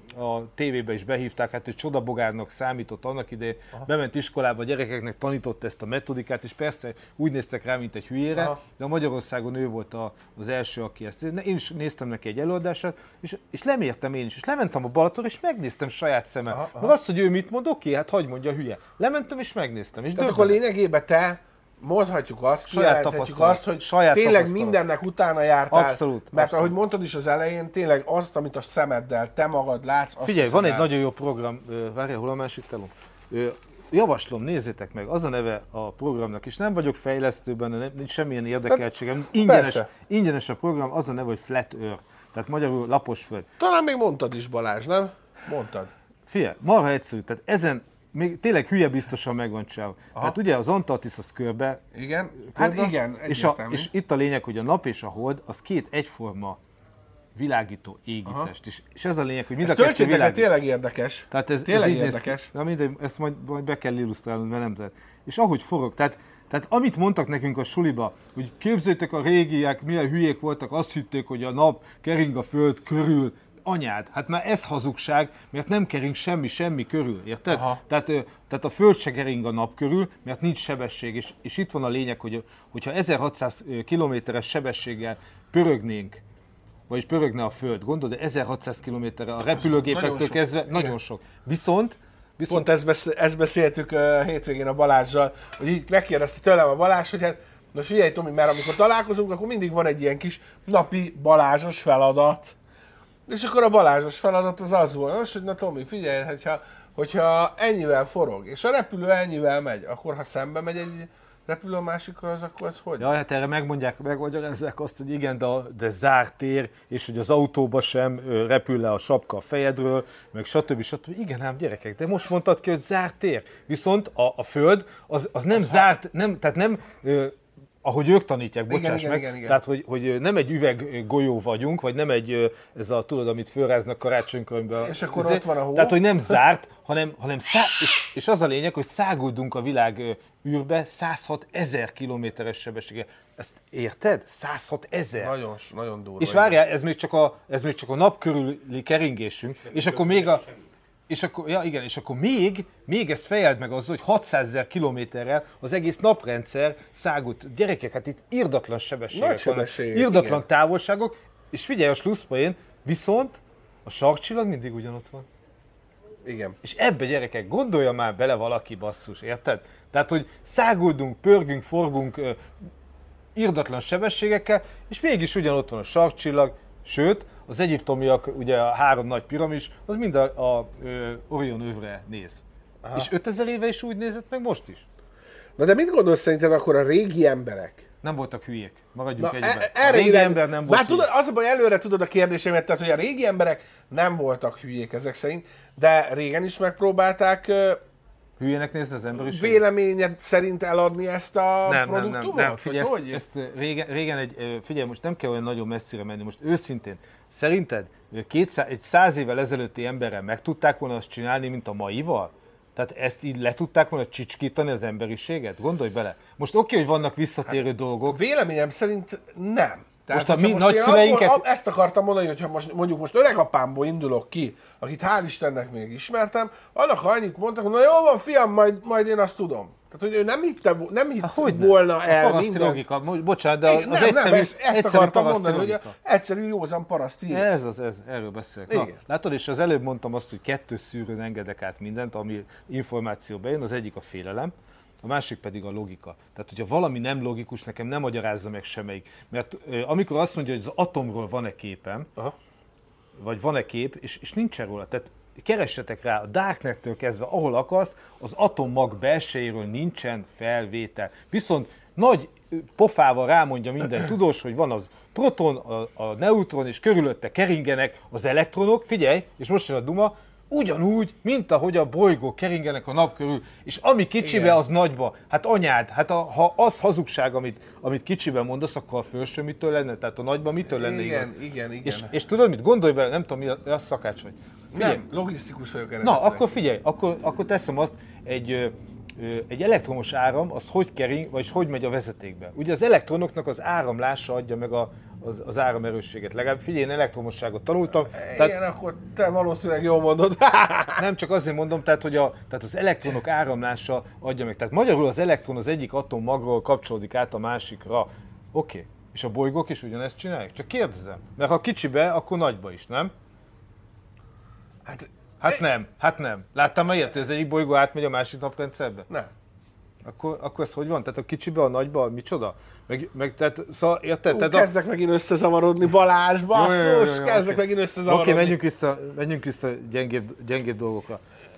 a tévébe is behívták, hát hogy csodabogárnak számított annak idején, bement iskolába, a gyerekeknek tanított ezt a metodikát, és persze úgy néztek rá, mint egy hülyére, de a Magyarországon ő volt az első, aki ezt. Én is néztem neki egy előadását, és lemértem én is, és lementem a Balatonra, és megnéztem saját szemmel. Mert azt, hogy ő mit mond, oké, hát hagyd mondja hülye. Lementem és megnéztem. És tehát akkor lényegében te mondhatjuk azt, kijelenthetjük azt, hogy tényleg mindennek utána jártál. Abszolút. Mert ahogy mondtad is az elején, tényleg azt, amit a szemeddel te magad látsz, azt figyelj, van egy nagyon jó program, várjál, hol a másik telom? Javaslom, nézzétek meg, az a neve a programnak, és nem vagyok fejlesztőben, nincs semmilyen érdekeltségem. Ingyenes a program, az a neve, hogy Flat Earth, tehát magyarul lapos föld. Talán még mondtad is, Balázs, nem? Mondtad. Figyelj, marha egyszerű, tehát ezen még tényleg hülye biztosan megvan csinálva. Tehát ugye az Antarktisz az körbe. Igen, hát igen, és itt a lényeg, hogy a nap és a hold az két egyforma világító égitest. És ez a lényeg, hogy mind a kettő világít. Tényleg érdekes. Tehát ez érdekes. Na mindegy, ezt majd be kell illusztrálnod, mert nem lehet. És ahogy forog, tehát amit mondtak nekünk a suliba, hogy képzeljétek, a régiek milyen hülyék voltak, azt hitték, hogy a nap kering a föld körül. Anyád, hát már ez hazugság, mert nem kering semmi körül, érted? Tehát a föld se kering a nap körül, mert nincs sebesség, és itt van a lényeg, hogyha 1600 kilométeres sebességgel pörögnénk, vagyis pörögne a föld, gondolod, de 1600 kilométerre a repülőgépektől kezdve nagyon sok. Viszont pont ezt beszéltük hétvégén a Balázsral, hogy így megkérdezte tőlem a Balázs, hogy hát, na figyelj Tomi, mert amikor találkozunk, akkor mindig van egy ilyen kis napi Balázsos feladat. És akkor a Balázsos feladat az volt, hogy na Tomi, figyelj, hogyha ennyivel forog, és a repülő ennyivel megy, akkor ha szembe megy egy repülő a másikkal, akkor ez hogy? Ja, hát erre megmagyarázzák azt, hogy igen, de zárt tér, és hogy az autóba sem repül le a sapka a fejedről, meg stb. Igen ám gyerekek, de most mondtad ki, hogy zárt tér. Viszont a föld az nem zárt, tehát nem... ahogy ők tanítják, bocsáss meg, igen. Tehát hogy nem egy üveggolyó vagyunk, vagy nem egy, ez a, tudod, amit fölráznak karácsonykörömben. És akkor ott van a hó. Tehát, hogy nem zárt, hanem és az a lényeg, hogy száguldunk a világ űrbe 106 000 kilométeres sebességgel. Ezt érted? 106 000. Nagyon durva. És várjál, ez még csak a nap körüli keringésünk, és akkor még a... És akkor még ezt fejeld meg azzal, hogy 600 000 kilométerrel az egész naprendszer szágult. Gyerekek, hát itt irdatlan sebességek vannak, irdatlan távolságok, és figyelj a slusszpoén, viszont a sarkcsillag mindig ugyanott van. Igen. És ebbe, gyerekek, gondolja már bele valaki, basszus, érted? Tehát, hogy száguldunk, pörgünk, forgunk irdatlan sebességekkel, és mégis ugyanott van a sarkcsillag, sőt, az egyiptomiak, ugye a 3 nagy piramis, az mind a Orion övre néz. Aha. És 5000 éve is úgy nézett meg most is. Na de mit gondolsz szerinted akkor a régi emberek? Nem voltak hülyék. Maradjunk egyben. A régi ember nem volt hülyék. Az a baj, előre tudod a kérdésemet, tehát hogy a régi emberek nem voltak hülyék ezek szerint, de régen is megpróbálták hülyének nézni az ember is. Véleményed szerint eladni ezt a produktumot? Nem. Figyelj, ezt régen figyelj, most nem kell olyan nagyon messzire menni, most őszintén, szerinted egy 100 évvel ezelőtti emberrel meg tudták volna azt csinálni, mint a maival? Tehát ezt így le tudták volna csicskítani az emberiséget? Gondolj bele. Most oké, hogy vannak visszatérő dolgok. Véleményem szerint nem. Tehát, most a mi nagyszüleinket... Ezt akartam mondani, hogyha most öregapámból indulok ki, akit hál' Istennek még ismertem, annak ha annyit mondtak, hogy na jó van fiam, majd én azt tudom. Tehát, hogy ő nem hitt volna el mindent. Logika. Bocsánat, de az ezt akartam mondani, hogy egyszerű józan paraszti. Ez, erről beszélek. Na, látod, és az előbb mondtam azt, hogy 2 szűrőn engedek át mindent, ami információ bejön, az egyik a félelem, a másik pedig a logika. Tehát, hogyha valami nem logikus, nekem nem magyarázza meg semmelyik. Mert amikor azt mondja, hogy az atomról van-e képem, vagy van-e kép, és nincsen róla. Tehát keressetek rá, a Darknettől kezdve, ahol akarsz, az atommag belsejéről nincsen felvétel. Viszont nagy pofával rámondja minden tudós, hogy van az proton, a neutron, és körülötte keringenek az elektronok, figyelj, és most jön a duma, ugyanúgy, mint ahogy a bolygók keringenek a nap körül, és ami kicsibe, igen, az nagyba. Hát anyád, hát ha az hazugság, amit kicsiben mondasz, akkor a felső mitől lenne? Tehát a nagyba mitől lenne igaz? Igen. És tudod mit? Gondolj bele, nem tudom, mi a szakács vagy. Figyelj. Nem, logisztikus vagyok erre. Na, akkor figyelj, akkor teszem azt, egy elektromos áram, az hogy kering, vagy hogy megy a vezetékbe. Ugye az elektronoknak az áramlása adja meg az áramerősséget. Legalább figyelj, én elektromosságot tanultam. Igen, akkor te valószínűleg jól mondod. Nem, csak azért mondom, tehát az elektronok áramlása adja meg. Tehát magyarul az elektron az egyik atommagról kapcsolódik át a másikra. Oké. És a bolygók is ugyanezt csinálják? Csak kérdezem. Mert ha kicsibe, akkor nagyba is, nem? Hát nem. Láttál már ilyet, hogy az egyik bolygó átmegy a másik naprendszerbe? Nem. Akkor ez hogy van? Tehát a kicsibe, a nagyba, micsoda? Tehát, szóval, érted? Kezdek megint összezavarodni, Balázs, basszus, kezdek megint összezavarodni. Oké, menjünk vissza gyengébb dolgokra.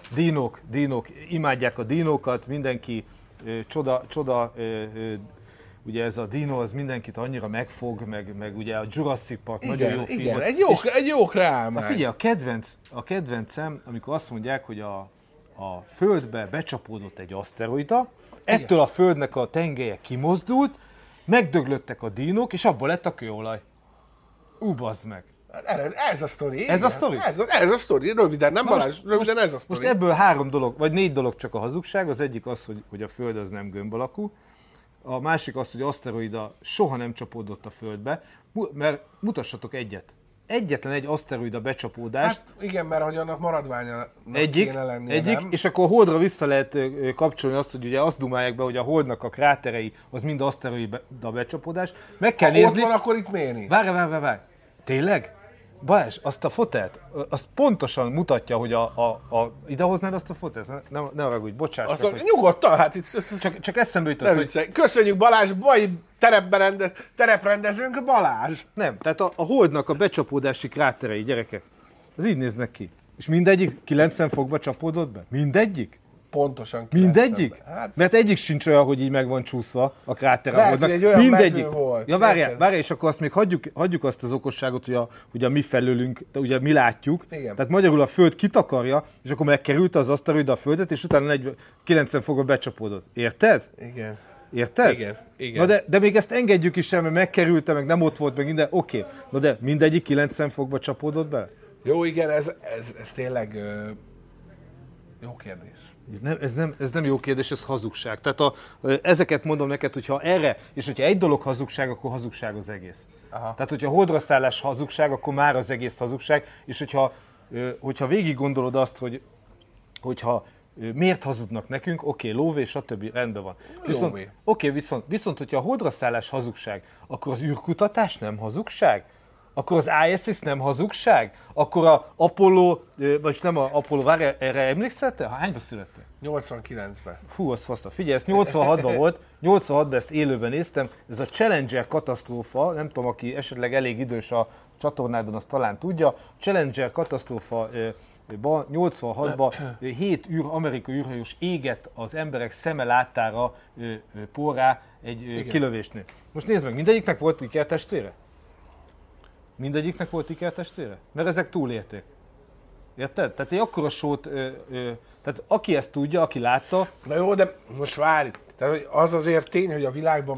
Dínók, imádják a dínókat, mindenki, csoda, ugye ez a dino, az mindenkit annyira megfog, meg ugye a Jurassic Park nagyon jó film. Igen, egy jó kreálmány. Figyelj, a kedvencem, amikor azt mondják, hogy a Földbe becsapódott egy aszteroida, ettől a Földnek a tengelye kimozdult, megdöglöttek a dinók, és abból lett a kőolaj. Bazd meg. Ez a sztori. Ez a sztori? Ez a sztori, röviden, nem Balázs, röviden ez a sztori. Most ebből 3 dolog, vagy 4 dolog csak a hazugság, az egyik az, hogy a Föld az nem gömb alakú, a másik az, hogy aszteroida soha nem csapódott a Földbe, mert mutassatok egyet. Egyetlen egy aszteroida becsapódást. Hát igen, mert hogy annak maradványa kéne lennie, nem? És akkor a Holdra vissza lehet kapcsolni azt, hogy ugye azt dumálják be, hogy a Holdnak a kráterei az mind aszteroida becsapódás. Meg kell nézni. Ott van, akkor itt miért? Várj. Tényleg? Balázs, azt a fotelt, azt pontosan mutatja, hogy idehoznád azt a fotelt? Ne haragudj, bocsáss. Azt nyugodtan, hát itt... Csak eszembe jutott, hogy... Köszönjük Balázs, mai tereprendezőnk Balázs. Nem, tehát a Holdnak a becsapódási kráterei, gyerekek, az így néznek ki. És mindegyik 90 fokba csapódott be? Mindegyik? Pontosan. Mindegyik? Hát... Mert egyik sincs olyan, hogy így meg van csúszva a kráter a Holdnak. Mindegyik. Volt. Ja, várjál, és akkor azt még hagyjuk azt az okosságot, hogy a mi felőlünk, ugye mi látjuk. Igen. Tehát magyarul a Föld kitakarja, és akkor megkerült az aszteroida a Földet, és utána 90 fokba becsapódott. Érted? Igen. Érted? Igen. Na de még ezt engedjük is el, mert megkerült, meg nem ott volt, meg minden. Oké. Na de mindegyik 90 fokba csapódott be? Jó, igen, ez tényleg jó kérdés. Ez nem jó kérdés, ez hazugság. Tehát ezeket mondom neked, hogyha erre, és hogyha egy dolog hazugság, akkor hazugság az egész. Aha. Tehát, hogyha holdra szállás hazugság, akkor már az egész hazugság, és hogyha végig gondolod azt, hogyha miért hazudnak nekünk, oké, lóvé, stb. Rendben van. Viszont, hogyha a holdra szállás hazugság, akkor az űrkutatás nem hazugság? Akkor az ISS nem hazugság? Akkor a Apollo, vagy nem a Apollo, várj, erre emlékszel te? Hányba születtél? 89-ben. Fú, az fasza. Figyelj, ez 86-ban volt, 86-ban ezt élőben néztem, ez a Challenger katasztrófa, nem tudom, aki esetleg elég idős a csatornádon, azt talán tudja, Challenger katasztrófa 86-ban 7 amerikai űrhajós égett az emberek szeme láttára porrá egy kilövésnél. Most nézd meg, mindegyiknek volt ikertestvére? Mindegyiknek volt ikertestvére? Mert ezek túlélték. Érted? Tehát egy akkora sót, tehát aki ezt tudja, aki látta... Na jó, de most várj. Tehát az azért tény, hogy a világban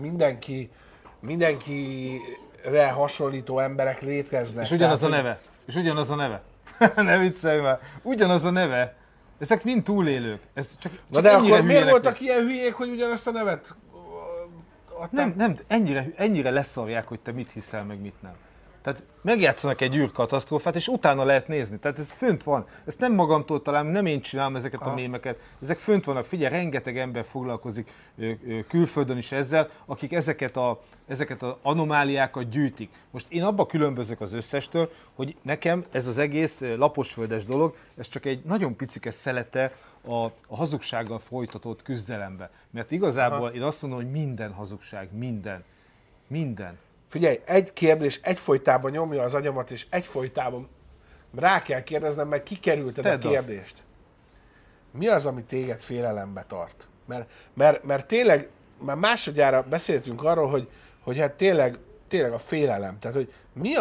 mindenkire hasonlító emberek léteznek. És ugyanaz a neve. Ne viccelj már. Ugyanaz a neve. Ezek mind túlélők. Ez csak na de akkor miért voltak ilyen hülyék, hogy ugyanazt a nevet adtam? Nem, ennyire leszarják, hogy te mit hiszel, meg mit nem. Tehát megjátszanak egy űrkatasztrófát, és utána lehet nézni. Tehát ez fönt van. Ezt nem magamtól találom, nem én csinálom ezeket a mémeket. Ezek fönt vannak. Figyelj, rengeteg ember foglalkozik külföldön is ezzel, akik ezeket az anomáliákat gyűjtik. Most én abba különbözök az összestől, hogy nekem ez az egész laposföldes dolog, ez csak egy nagyon picike szelete a hazugsággal folytatott küzdelembe. Mert igazából én azt mondom, hogy minden hazugság, minden. Figyelj, egy kérdés egyfolytában nyomja az agyamat, és egyfolytában rá kell kérdeznem, mert kikerülted a kérdést. Mi az, ami téged félelembe tart? Mert tényleg, már másodjára beszéltünk arról, hogy hát tényleg a félelem. Tehát, hogy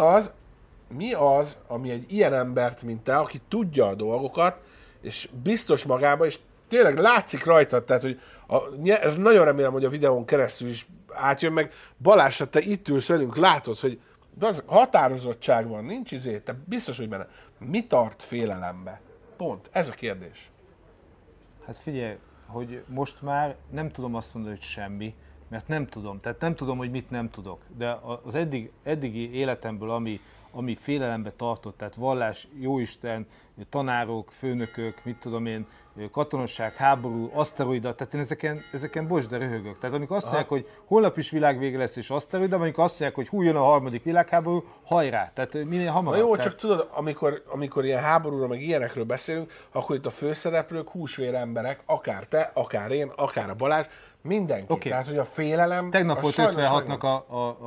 mi az, ami egy ilyen embert, mint te, aki tudja a dolgokat, és biztos magába, és tényleg látszik rajtad, tehát, hogy nagyon remélem, hogy a videón keresztül is átjön meg. Balázs, te itt ülsz velünk, látod, hogy az határozottság van, nincs te biztos, hogy benne. Mi tart félelembe? Pont, ez a kérdés. Hát figyelj, hogy most már nem tudom azt mondani, hogy semmi, mert nem tudom. Tehát nem tudom, hogy mit nem tudok. De az eddigi életemből, ami félelembe tartott, tehát vallás, jóisten, tanárok, főnökök, mit tudom én, katonaság, háború, aszteroida, tehát én ezeken bocs, de röhögök. Tehát amikor azt mondják, hogy holnap is világvége lesz és aszteroida, amikor azt mondják, hogy hú, jön a harmadik világháború, hajrá, tehát minél hamarabb. Na jó, csak tudod, amikor ilyen háborúról, meg ilyenekről beszélünk, akkor itt a főszereplők húsvér emberek, akár te, akár én, akár a Balázs, mindenki. Okay. Tehát, hogy a félelem... Tegnap volt 56-nak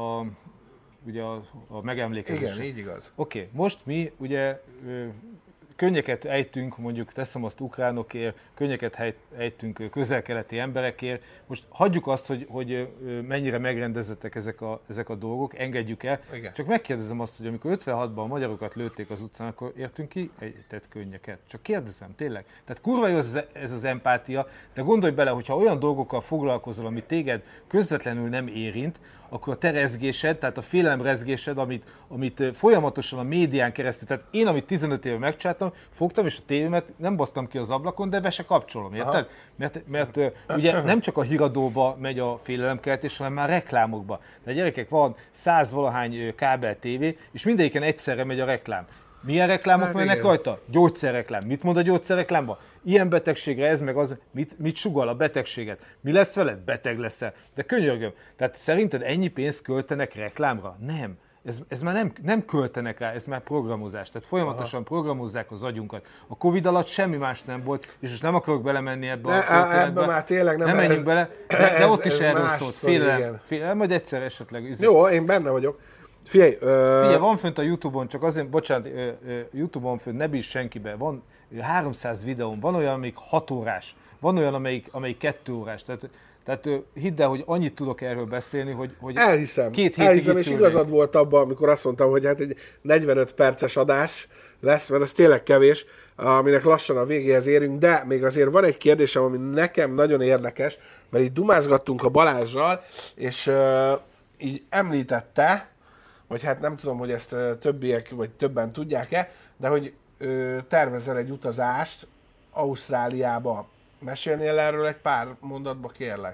ugye a megemlékezés. Igen, így igaz. Oké, most mi ugye könnyeket ejtünk, mondjuk teszem azt ukránokért, könnyeket ejtünk közel-keleti emberekért. Most hagyjuk azt, hogy mennyire megrendezettek ezek a dolgok, engedjük el. Igen. Csak megkérdezem azt, hogy amikor 56-ban a magyarokat lőtték az utcán, akkor értünk ki ejtett könnyeket. Csak kérdezem, tényleg. Tehát kurva jó ez az empátia, de gondolj bele, hogyha olyan dolgokkal foglalkozol, ami téged közvetlenül nem érint, akkor a te rezgésed, tehát a félelemrezgésed, amit folyamatosan a médián keresztül, tehát én, amit 15 éve megcsináltam, fogtam, és a tévémet nem basztam ki az ablakon, de be se kapcsolom, érted? Mert ugye nem csak a híradóba megy a félelemkeltés, hanem már reklámokba. De gyerekek, van 100 valahány kábel tévé, és mindegyiken egyszerre megy a reklám. Milyen reklámok mennek rajta? Gyógyszerreklám. Mit mond a gyógyszerreklámban? Ilyen betegségre ez meg az, mit sugall a betegséget? Mi lesz veled? Beteg leszel. De könyörgöm, tehát szerinted ennyi pénzt költenek reklámra? Nem. Ez már nem költenek rá, ez már programozás. Tehát folyamatosan programozzák az agyunkat. A Covid alatt semmi más nem volt, és most nem akarok belemenni ebbe a történetbe. Ebbe már tényleg nem menjünk bele, de ott is erről szólt. Félelem, majd egyszer esetleg. Jó, én benne vagyok. Figyelj, van fönt a Youtube-on, csak azért, bocsánat, Youtube-on fönt, ne bízz senkibe, van 300 videón, van olyan, amelyik 6 órás, van olyan, amelyik 2 órás. Tehát hidd el, hogy annyit tudok erről beszélni, hogy elhiszem, 2 hétig és igazad volt abban, amikor azt mondtam, hogy hát egy 45 perces adás lesz, mert ez tényleg kevés, aminek lassan a végéhez érünk, de még azért van egy kérdésem, ami nekem nagyon érdekes, mert így dumázgattunk a Balázsral, és így említette, vagy hát nem tudom, hogy ezt többiek, vagy többen tudják-e, de hogy tervezel egy utazást Ausztráliába. Mesélnél erről egy pár mondatba, kérlek?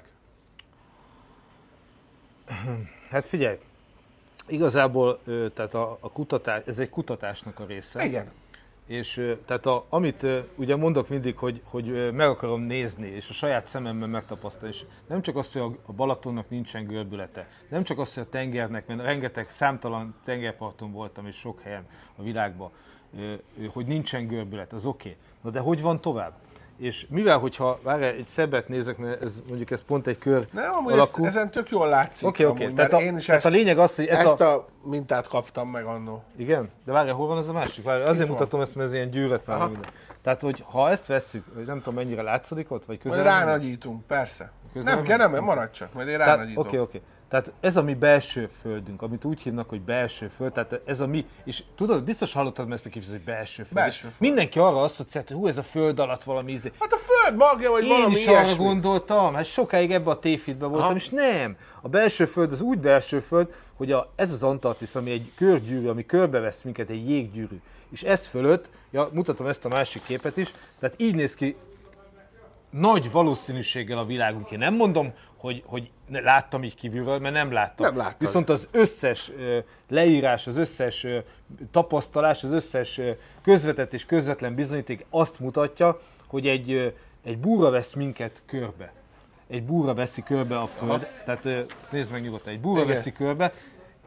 Hát figyelj, igazából tehát a kutatás, ez egy kutatásnak a része. Igen. És tehát amit ugye mondok mindig, hogy meg akarom nézni, és a saját szememmel megtapasztalni, és nem csak az, hogy a Balatonnak nincsen görbülete, nem csak az, hogy a tengernek, mert rengeteg számtalan tengerparton voltam, és sok helyen a világban, hogy nincsen görbület, az oké. Na de hogy van tovább? És mivel, hogyha egy szebbet nézek, mert ez pont egy kör alakú. Ezen tök jól látszik. Oké. Tehát a lényeg az, hogy ezt a mintát kaptam meg annó. Igen? De várj, hol van ez a másik? Várj, azért mutatom ezt, mert ez ilyen gyűrött már. Tehát, hogy ha ezt vesszük, nem tudom mennyire látszik ott, vagy közel. Majd ránagyítunk, persze. Nem kell, nem, maradj csak, majd én ránagyítom. Oké. Tehát ez a mi belső földünk, amit úgy hívnak, hogy belső föld, tehát ez a mi, és tudod, biztos hallottad ezt a kifejezést, hogy belső föld. Belső föld. Mindenki arra asszociált, hogy ez a föld alatt valami íze. Hát a föld magja, vagy valami ilyesmi. Én is arra gondoltam, hát sokáig ebbe a tévhitben voltam, és nem. A belső föld az úgy belső föld, hogy ez az Antarktisz, ami egy körgyűrű, ami körbevesz minket, egy jéggyűrű. És ez fölött, mutatom ezt a másik képet is, tehát így néz ki nagy valószínűséggel a világunk. Én nem mondom, hogy láttam így kívülről, mert nem láttam. Nem láttad. Viszont az összes leírás, az összes tapasztalás, az összes közvetett és közvetlen bizonyíték azt mutatja, hogy egy búra vesz minket körbe. Egy búra veszi körbe a Föld, tehát nézd meg nyugodtan, egy búra veszi körbe,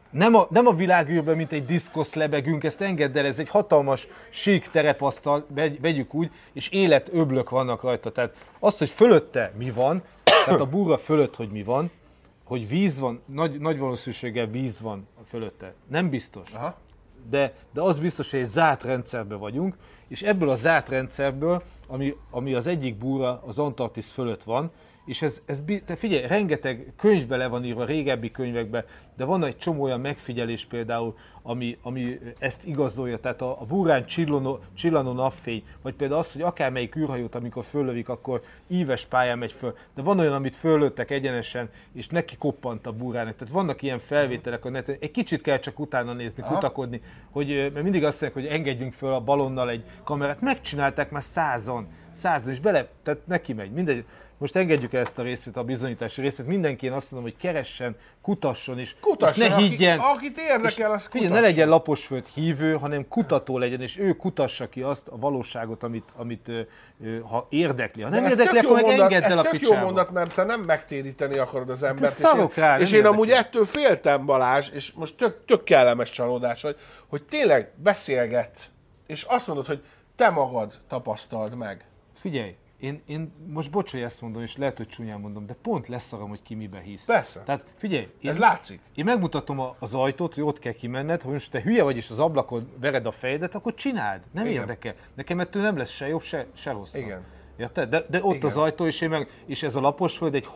Nem a világűrben, mint egy diszkosz lebegünk, ezt engedd el, ez egy hatalmas sík terepasztal, vegyük úgy, és életöblök vannak rajta. Tehát az, hogy fölötte mi van, tehát a búra fölött, hogy mi van, hogy víz van, nagy valószínűséggel víz van fölötte. Nem biztos. Aha. De az biztos, hogy egy zárt rendszerben vagyunk, és ebből a zárt rendszerből, ami az egyik búra az Antarktisz fölött van, és te figyelj, rengeteg könyvbe le van írva, régebbi könyvekbe, de van egy csomó olyan megfigyelés például, ami ezt igazolja, tehát a búrán csillanó napfény, vagy például az, hogy akármelyik űrhajót, amikor föllövik, akkor íves pályán megy föl. De van olyan, amit föllőttek egyenesen, és neki koppant a búrának. Tehát vannak ilyen felvételek a neten. Egy kicsit kell csak utána nézni, kutakodni, mert mindig azt mondják, hogy engedjünk föl a balonnal egy kamerát. Megcsinálták már százan, és tehát neki megy, mindegy. Most engedjük el ezt a részét, a bizonyítási részét. Mindenki én azt mondom, hogy keressen, kutasson is. Kutasson, és ne higgyen, akit érdekel, az kutasson. Ne legyen laposföld hívő, hanem kutató legyen, és ő kutassa ki azt a valóságot, amit ha érdekli. Ha nem érdekli, akkor meg engedd el a picsába. Ez tök jó mondat, mert te nem megtéríteni akarod az embert. És én amúgy ettől féltem, Balázs, és most tök kellemes csalódás, hogy tényleg beszélgetsz, és azt mondod, hogy te magad tapasztald meg. Figyelj! Én most bocs, hogy ezt mondom, és lehet, hogy csúnyán mondom, de pont leszarom, hogy ki mibe hisz. Persze. Tehát figyelj, ez látszik. Én megmutatom az ajtót, hogy ott kell kimenned, hogy most te hülye vagy, és az ablakon vered a fejedet, akkor csináld. Nem érdekel. Nekem ettől nem lesz se jobb, se rosszabb. Igen. Érted? De ott az ajtó, és ez a laposföld egy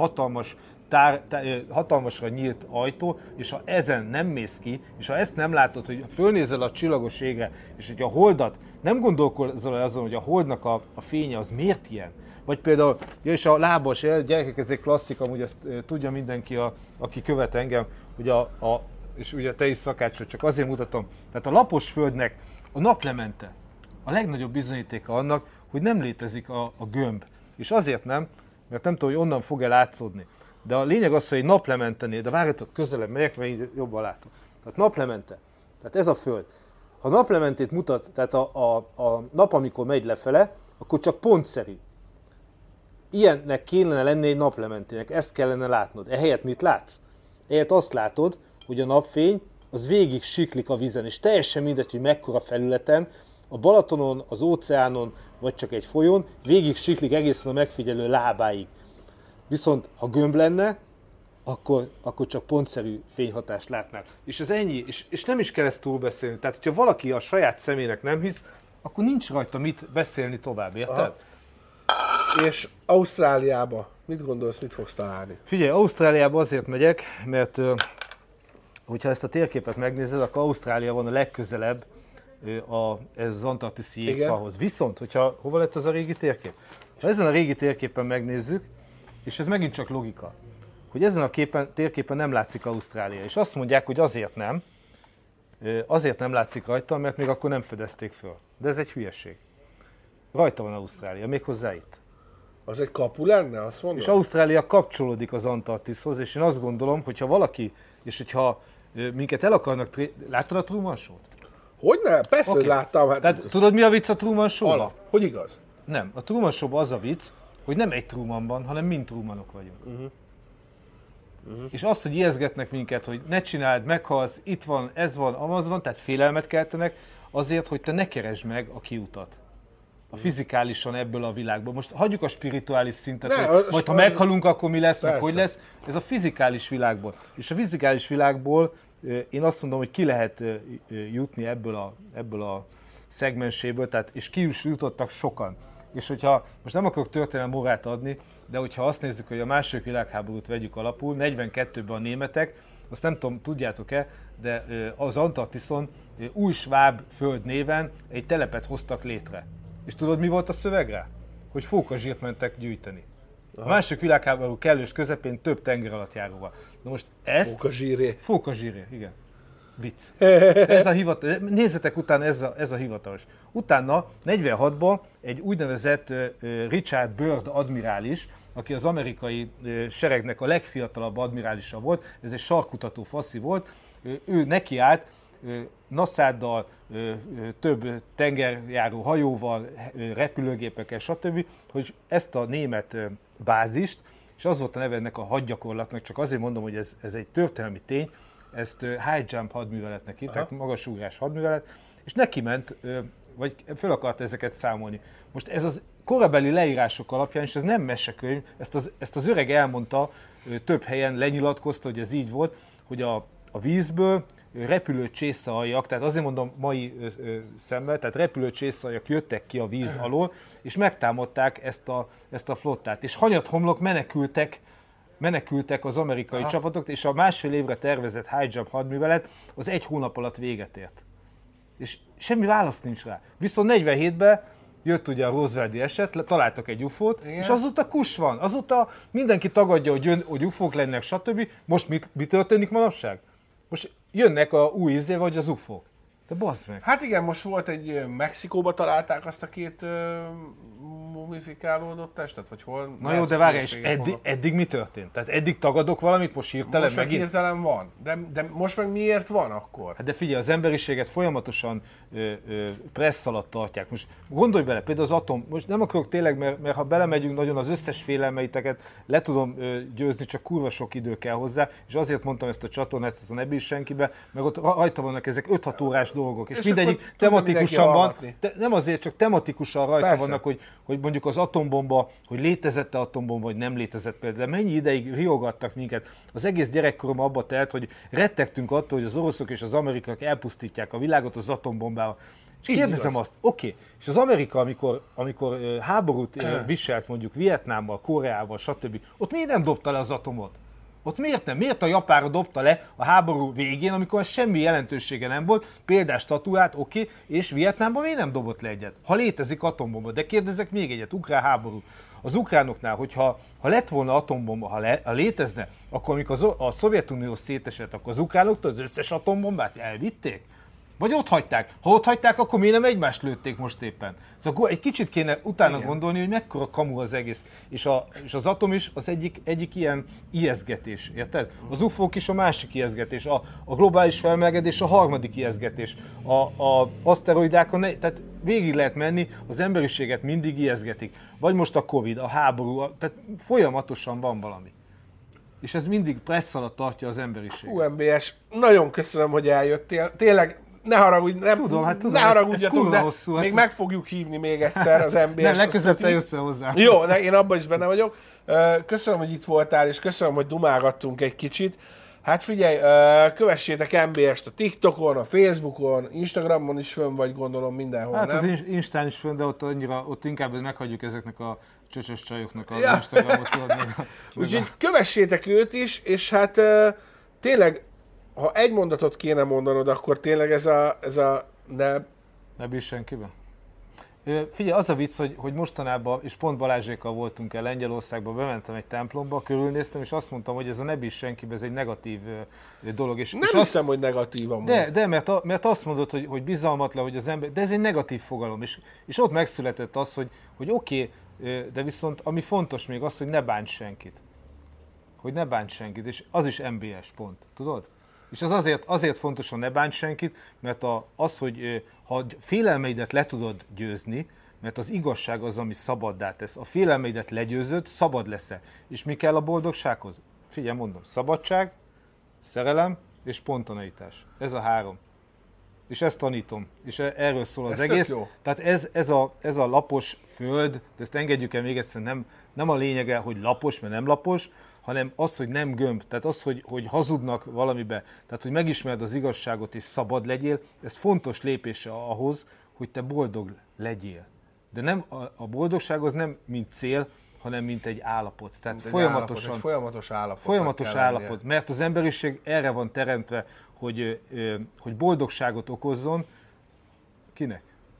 hatalmasra nyílt ajtó, és ha ezen nem mész ki, és ha ezt nem látod, hogy fölnézel a csillagos égre, és hogy a holdat, nem gondolkozol azon, hogy a holdnak a fénye az miért ilyen? Vagy például, és a lábas, gyerekek, ez egy klasszik, amúgy ezt tudja mindenki, aki követ engem, hogy és ugye te is szakács vagy, csak azért mutatom. Tehát a lapos földnek a naplemente a legnagyobb bizonyítéka annak, hogy nem létezik a gömb. És azért nem, mert nem tudom, hogy onnan fog-e látszódni. De a lényeg az, hogy egy naplementenél, de várjatok, közelebb megyek, mert így jobban látom. Tehát naplemente, tehát ez a föld. Ha naplementét mutat, tehát a nap, amikor megy lefele, akkor csak pontszerű. Ilyennek kellene lenni egy naplementének, ezt kellene látnod. Ehelyett mit látsz? Ehelyett azt látod, hogy a napfény az végig siklik a vízen, és teljesen mindegy, hogy mekkora felületen, a Balatonon, az óceánon, vagy csak egy folyón, végig siklik egészen a megfigyelő lábáig. Viszont ha gömb lenne, akkor csak pontszerű fényhatást látnál. És ez ennyi, és nem is kell ezt túlbeszélni. Tehát, hogyha valaki a saját szemének nem hisz, akkor nincs rajta mit beszélni tovább, érted? Aha. És Ausztráliába mit gondolsz, mit fogsz találni? Figyelj, Ausztráliába azért megyek, mert hogyha ezt a térképet megnézed, akkor Ausztrália van a legközelebb ez az antarktiszi jégfalhoz. Viszont, hova lett ez a régi térkép? Ha ezen a régi térképen megnézzük, és ez megint csak logika, hogy ezen a térképen nem látszik Ausztrália. És azt mondják, hogy azért nem látszik rajta, mert még akkor nem fedezték föl. De ez egy hülyeség. Rajta van Ausztrália, méghozzá itt. Az egy kapu lenne, azt mondom? És Ausztrália kapcsolódik az Antarktiszhoz, és én azt gondolom, hogyha valaki, és hogyha minket el akarnak... Láttad a Truman Show-t? Hogyne? Persze, hogy láttam. Hát tehát, tudod, mi a vicc a Truman Show-ban? Hogy igaz? Nem. A Truman Show-ban az a vicc, hogy nem egy Trumanban, hanem mind Trumanok vagyunk. És azt, hogy ijeszgetnek minket, hogy ne csináld, meghalsz, itt van, ez van, amaz van, tehát félelmet keltenek, azért, hogy te ne keresd meg a kiutat. A fizikálisan ebből a világból. Most hagyjuk a spirituális szintet, majd ha meghalunk, akkor mi lesz, meg hogy lesz. Ez a fizikális világból. És a fizikális világból én azt mondom, hogy ki lehet jutni ebből a szegmenséből, tehát, és ki is jutottak sokan. És hogyha, most nem akarok történelmi morát adni, de hogyha azt nézzük, hogy a második világháborút vegyük alapul, 42-ben a németek, azt nem tudom, tudjátok-e, de az Antarktiszon új sváb föld néven egy telepet hoztak létre. És tudod, mi volt a szöveg rá? Hogy fókazsírt mentek gyűjteni. Aha. A második világháború kellős közepén több tengeralattjáróval. Na most ezt... Fókazsíré, igen. Vicc. Ez a nézzetek utána, ez a hivatalos. Utána 46-ban egy úgynevezett Richard Byrd admirális, aki az amerikai seregnek a legfiatalabb admirálisa volt, ez egy sarkkutató faszi volt, ő nekiállt NASAD-dal, több tengerjáró hajóval, repülőgépekkel, stb., hogy ezt a német bázist, és az volt a neve ennek a hadgyakorlatnak, csak azért mondom, hogy ez egy történelmi tény, ezt high jump hadműveletnek hívták, magasugrás hadművelet, és neki ment, vagy föl akart ezeket számolni. Most ez az korabeli leírások alapján, és ez nem mesekönyv, ezt az öreg elmondta, több helyen lenyilatkozta, hogy ez így volt, hogy a vízből repülő csészealjak, tehát azért mondom mai szemmel, tehát repülő csészealjak jöttek ki a víz alól, és megtámadták ezt a flottát. És hanyathomlok menekültek az amerikai csapatok, és a másfél évre tervezett high jump hadművelet az 1 hónap alatt véget ért. És semmi válasz nincs rá. Viszont 47-ben jött ugye a Roosevelt-i eset, találtak egy UFO-t, és azóta kus van. Azóta mindenki tagadja, hogy UFO-k lennek, stb. Most mi történik manapság? Most jönnek a új izével, hogy az UFO-k. De bazd meg. Hát igen, most volt Mexikóba találták azt a 2 mumifikálódott testet, vagy hol? Na jó, de várj, és eddig mi történt? Tehát eddig tagadok valamit, most hirtelen most megint? Hirtelen van. De most meg miért van akkor? Hát de figyelj, az emberiséget folyamatosan pressz alatt tartják. Most gondolj bele, például az atom, most nem akarok tényleg, mert ha belemegyünk nagyon, az összes félelmeiteket le tudom győzni, csak kurva sok idő kell hozzá, és azért mondtam ezt a csatornát, ezt a ne bízz senkibe, mert ott rajta vannak ezek 5-6 órás dolgok, és mindegyik tematikusan van, nem azért, csak tematikusan rajta vannak, hogy mondjuk az atombomba, hogy létezett-e atombomba, vagy nem létezett például, de mennyi ideig riogattak minket. Az egész gyerekkorom abba telt, hogy rettegtünk attól, hogy az oroszok és az amerikaiak elpusztítják a világot az atombombával. És kérdezem azt, oké, és az Amerika, amikor háborút viselt mondjuk Vietnámmal, Koreával, stb., ott miért nem dobta le az atomot? Ott miért nem? Miért a Japánra dobta le a háború végén, amikor semmi jelentősége nem volt, például statuát, oké, és Vietnámban miért nem dobott le egyet? Ha létezik atombomba, de kérdezek még egyet, ukrán háború. Az ukránoknál, hogyha lett volna atombomba, ha létezne, akkor amikor a Szovjetunió szétesett, akkor az ukránoktól az összes atombombát elvitték? Vagy ott hagyták? Ha ott hagyták, akkor miért nem egymást lőtték most éppen? Szóval egy kicsit kéne utána gondolni, hogy mekkora kamu az egész. És az atom is az egyik ilyen ijesztgetés, érted? Az UFO-k is a másik ijesztgetés, a globális felmelegedés a harmadik ijesztgetés. A aszteroidákon, tehát végig lehet menni, az emberiséget mindig ijesztgetik. Vagy most a Covid, a háború, tehát folyamatosan van valami. És ez mindig pressz alatt tartja az emberiséget. UMBS, nagyon köszönöm, hogy eljöttél. Tényleg, ne haragudj, tudom, ne haragudjatok, de hosszú, még meg fogjuk hívni még egyszer az MBS-t. Nem, legközelebb te jössz hozzá. Jó, én abban is benne vagyok. Köszönöm, hogy itt voltál, és köszönöm, hogy dumálgattunk egy kicsit. Hát figyelj, kövessétek MBS-t a TikTokon, a Facebookon, Instagramon is fönn vagy, gondolom mindenhol, hát nem? Hát az Instán is fönn, de ott inkább meghagyjuk ezeknek a csöcsös csajoknak az Instagramot. Úgyhogy kövessétek őt is, és hát tényleg, ha egy mondatot kéne mondanod, akkor tényleg ez a ne bízz senkibe. Figyelj, az a vicc, hogy mostanában, és pont Balázsékkal voltunk el Lengyelországban, bementem egy templomba, körülnéztem, és azt mondtam, hogy ez a ne bízz senkibe, ez egy negatív dolog. És hiszem, hogy negatívan van. De mert azt mondod, hogy bizalmatlan, hogy az ember, de ez egy negatív fogalom, és ott megszületett az, hogy oké, de viszont ami fontos még az, hogy ne bánts senkit. Hogy ne bánts senkit, és az is MBS pont, tudod? És az azért fontos, hogy ne bánts senkit, mert az, hogy ha félelmeidet le tudod győzni, mert az igazság az, ami szabaddá tesz. A félelmeidet legyőzöd, szabad leszel. És mi kell a boldogsághoz? Figyelj, mondom, szabadság, szerelem és spontaneitás. Ez a 3. És ezt tanítom. És erről szól az egész. Jó. Tehát ez a lapos föld, de ezt engedjük el még egyszer, nem a lényege, hogy lapos, mert nem lapos, hanem az, hogy nem gömb, tehát az, hogy hazudnak valamibe, tehát hogy megismerd az igazságot és szabad legyél, ez fontos lépése ahhoz, hogy te boldog legyél. De nem a boldogság az nem mint cél, hanem mint egy állapot. Tehát folyamatos állapot. Folyamatos állapot, mert az emberiség erre van teremtve, hogy boldogságot okozzon. Kinek?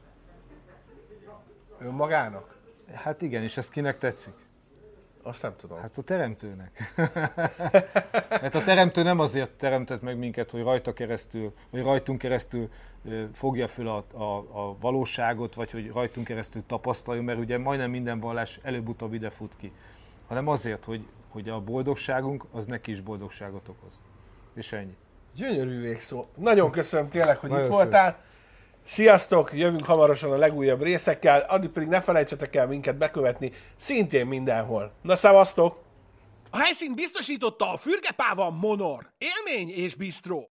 Önmagának? Hát igen, és ez kinek tetszik? Azt nem tudom. Hát a teremtőnek. Mert a teremtő nem azért teremtett meg minket, hogy rajtunk keresztül fogja föl a valóságot, vagy hogy rajtunk keresztül tapasztaljon, mert ugye majdnem minden vallás előbb-utóbb ide fut ki. Hanem azért, hogy a boldogságunk az neki is boldogságot okoz. És ennyi. Gyönyörű végszó. Nagyon köszönöm tényleg, hogy itt voltál. Sziasztok, jövünk hamarosan a legújabb részekkel, addig pedig ne felejtsetek el minket bekövetni szintén mindenhol. Na, szevasztok! A helyszínt biztosította a Fürge Páva Monor. Élmény és bistró.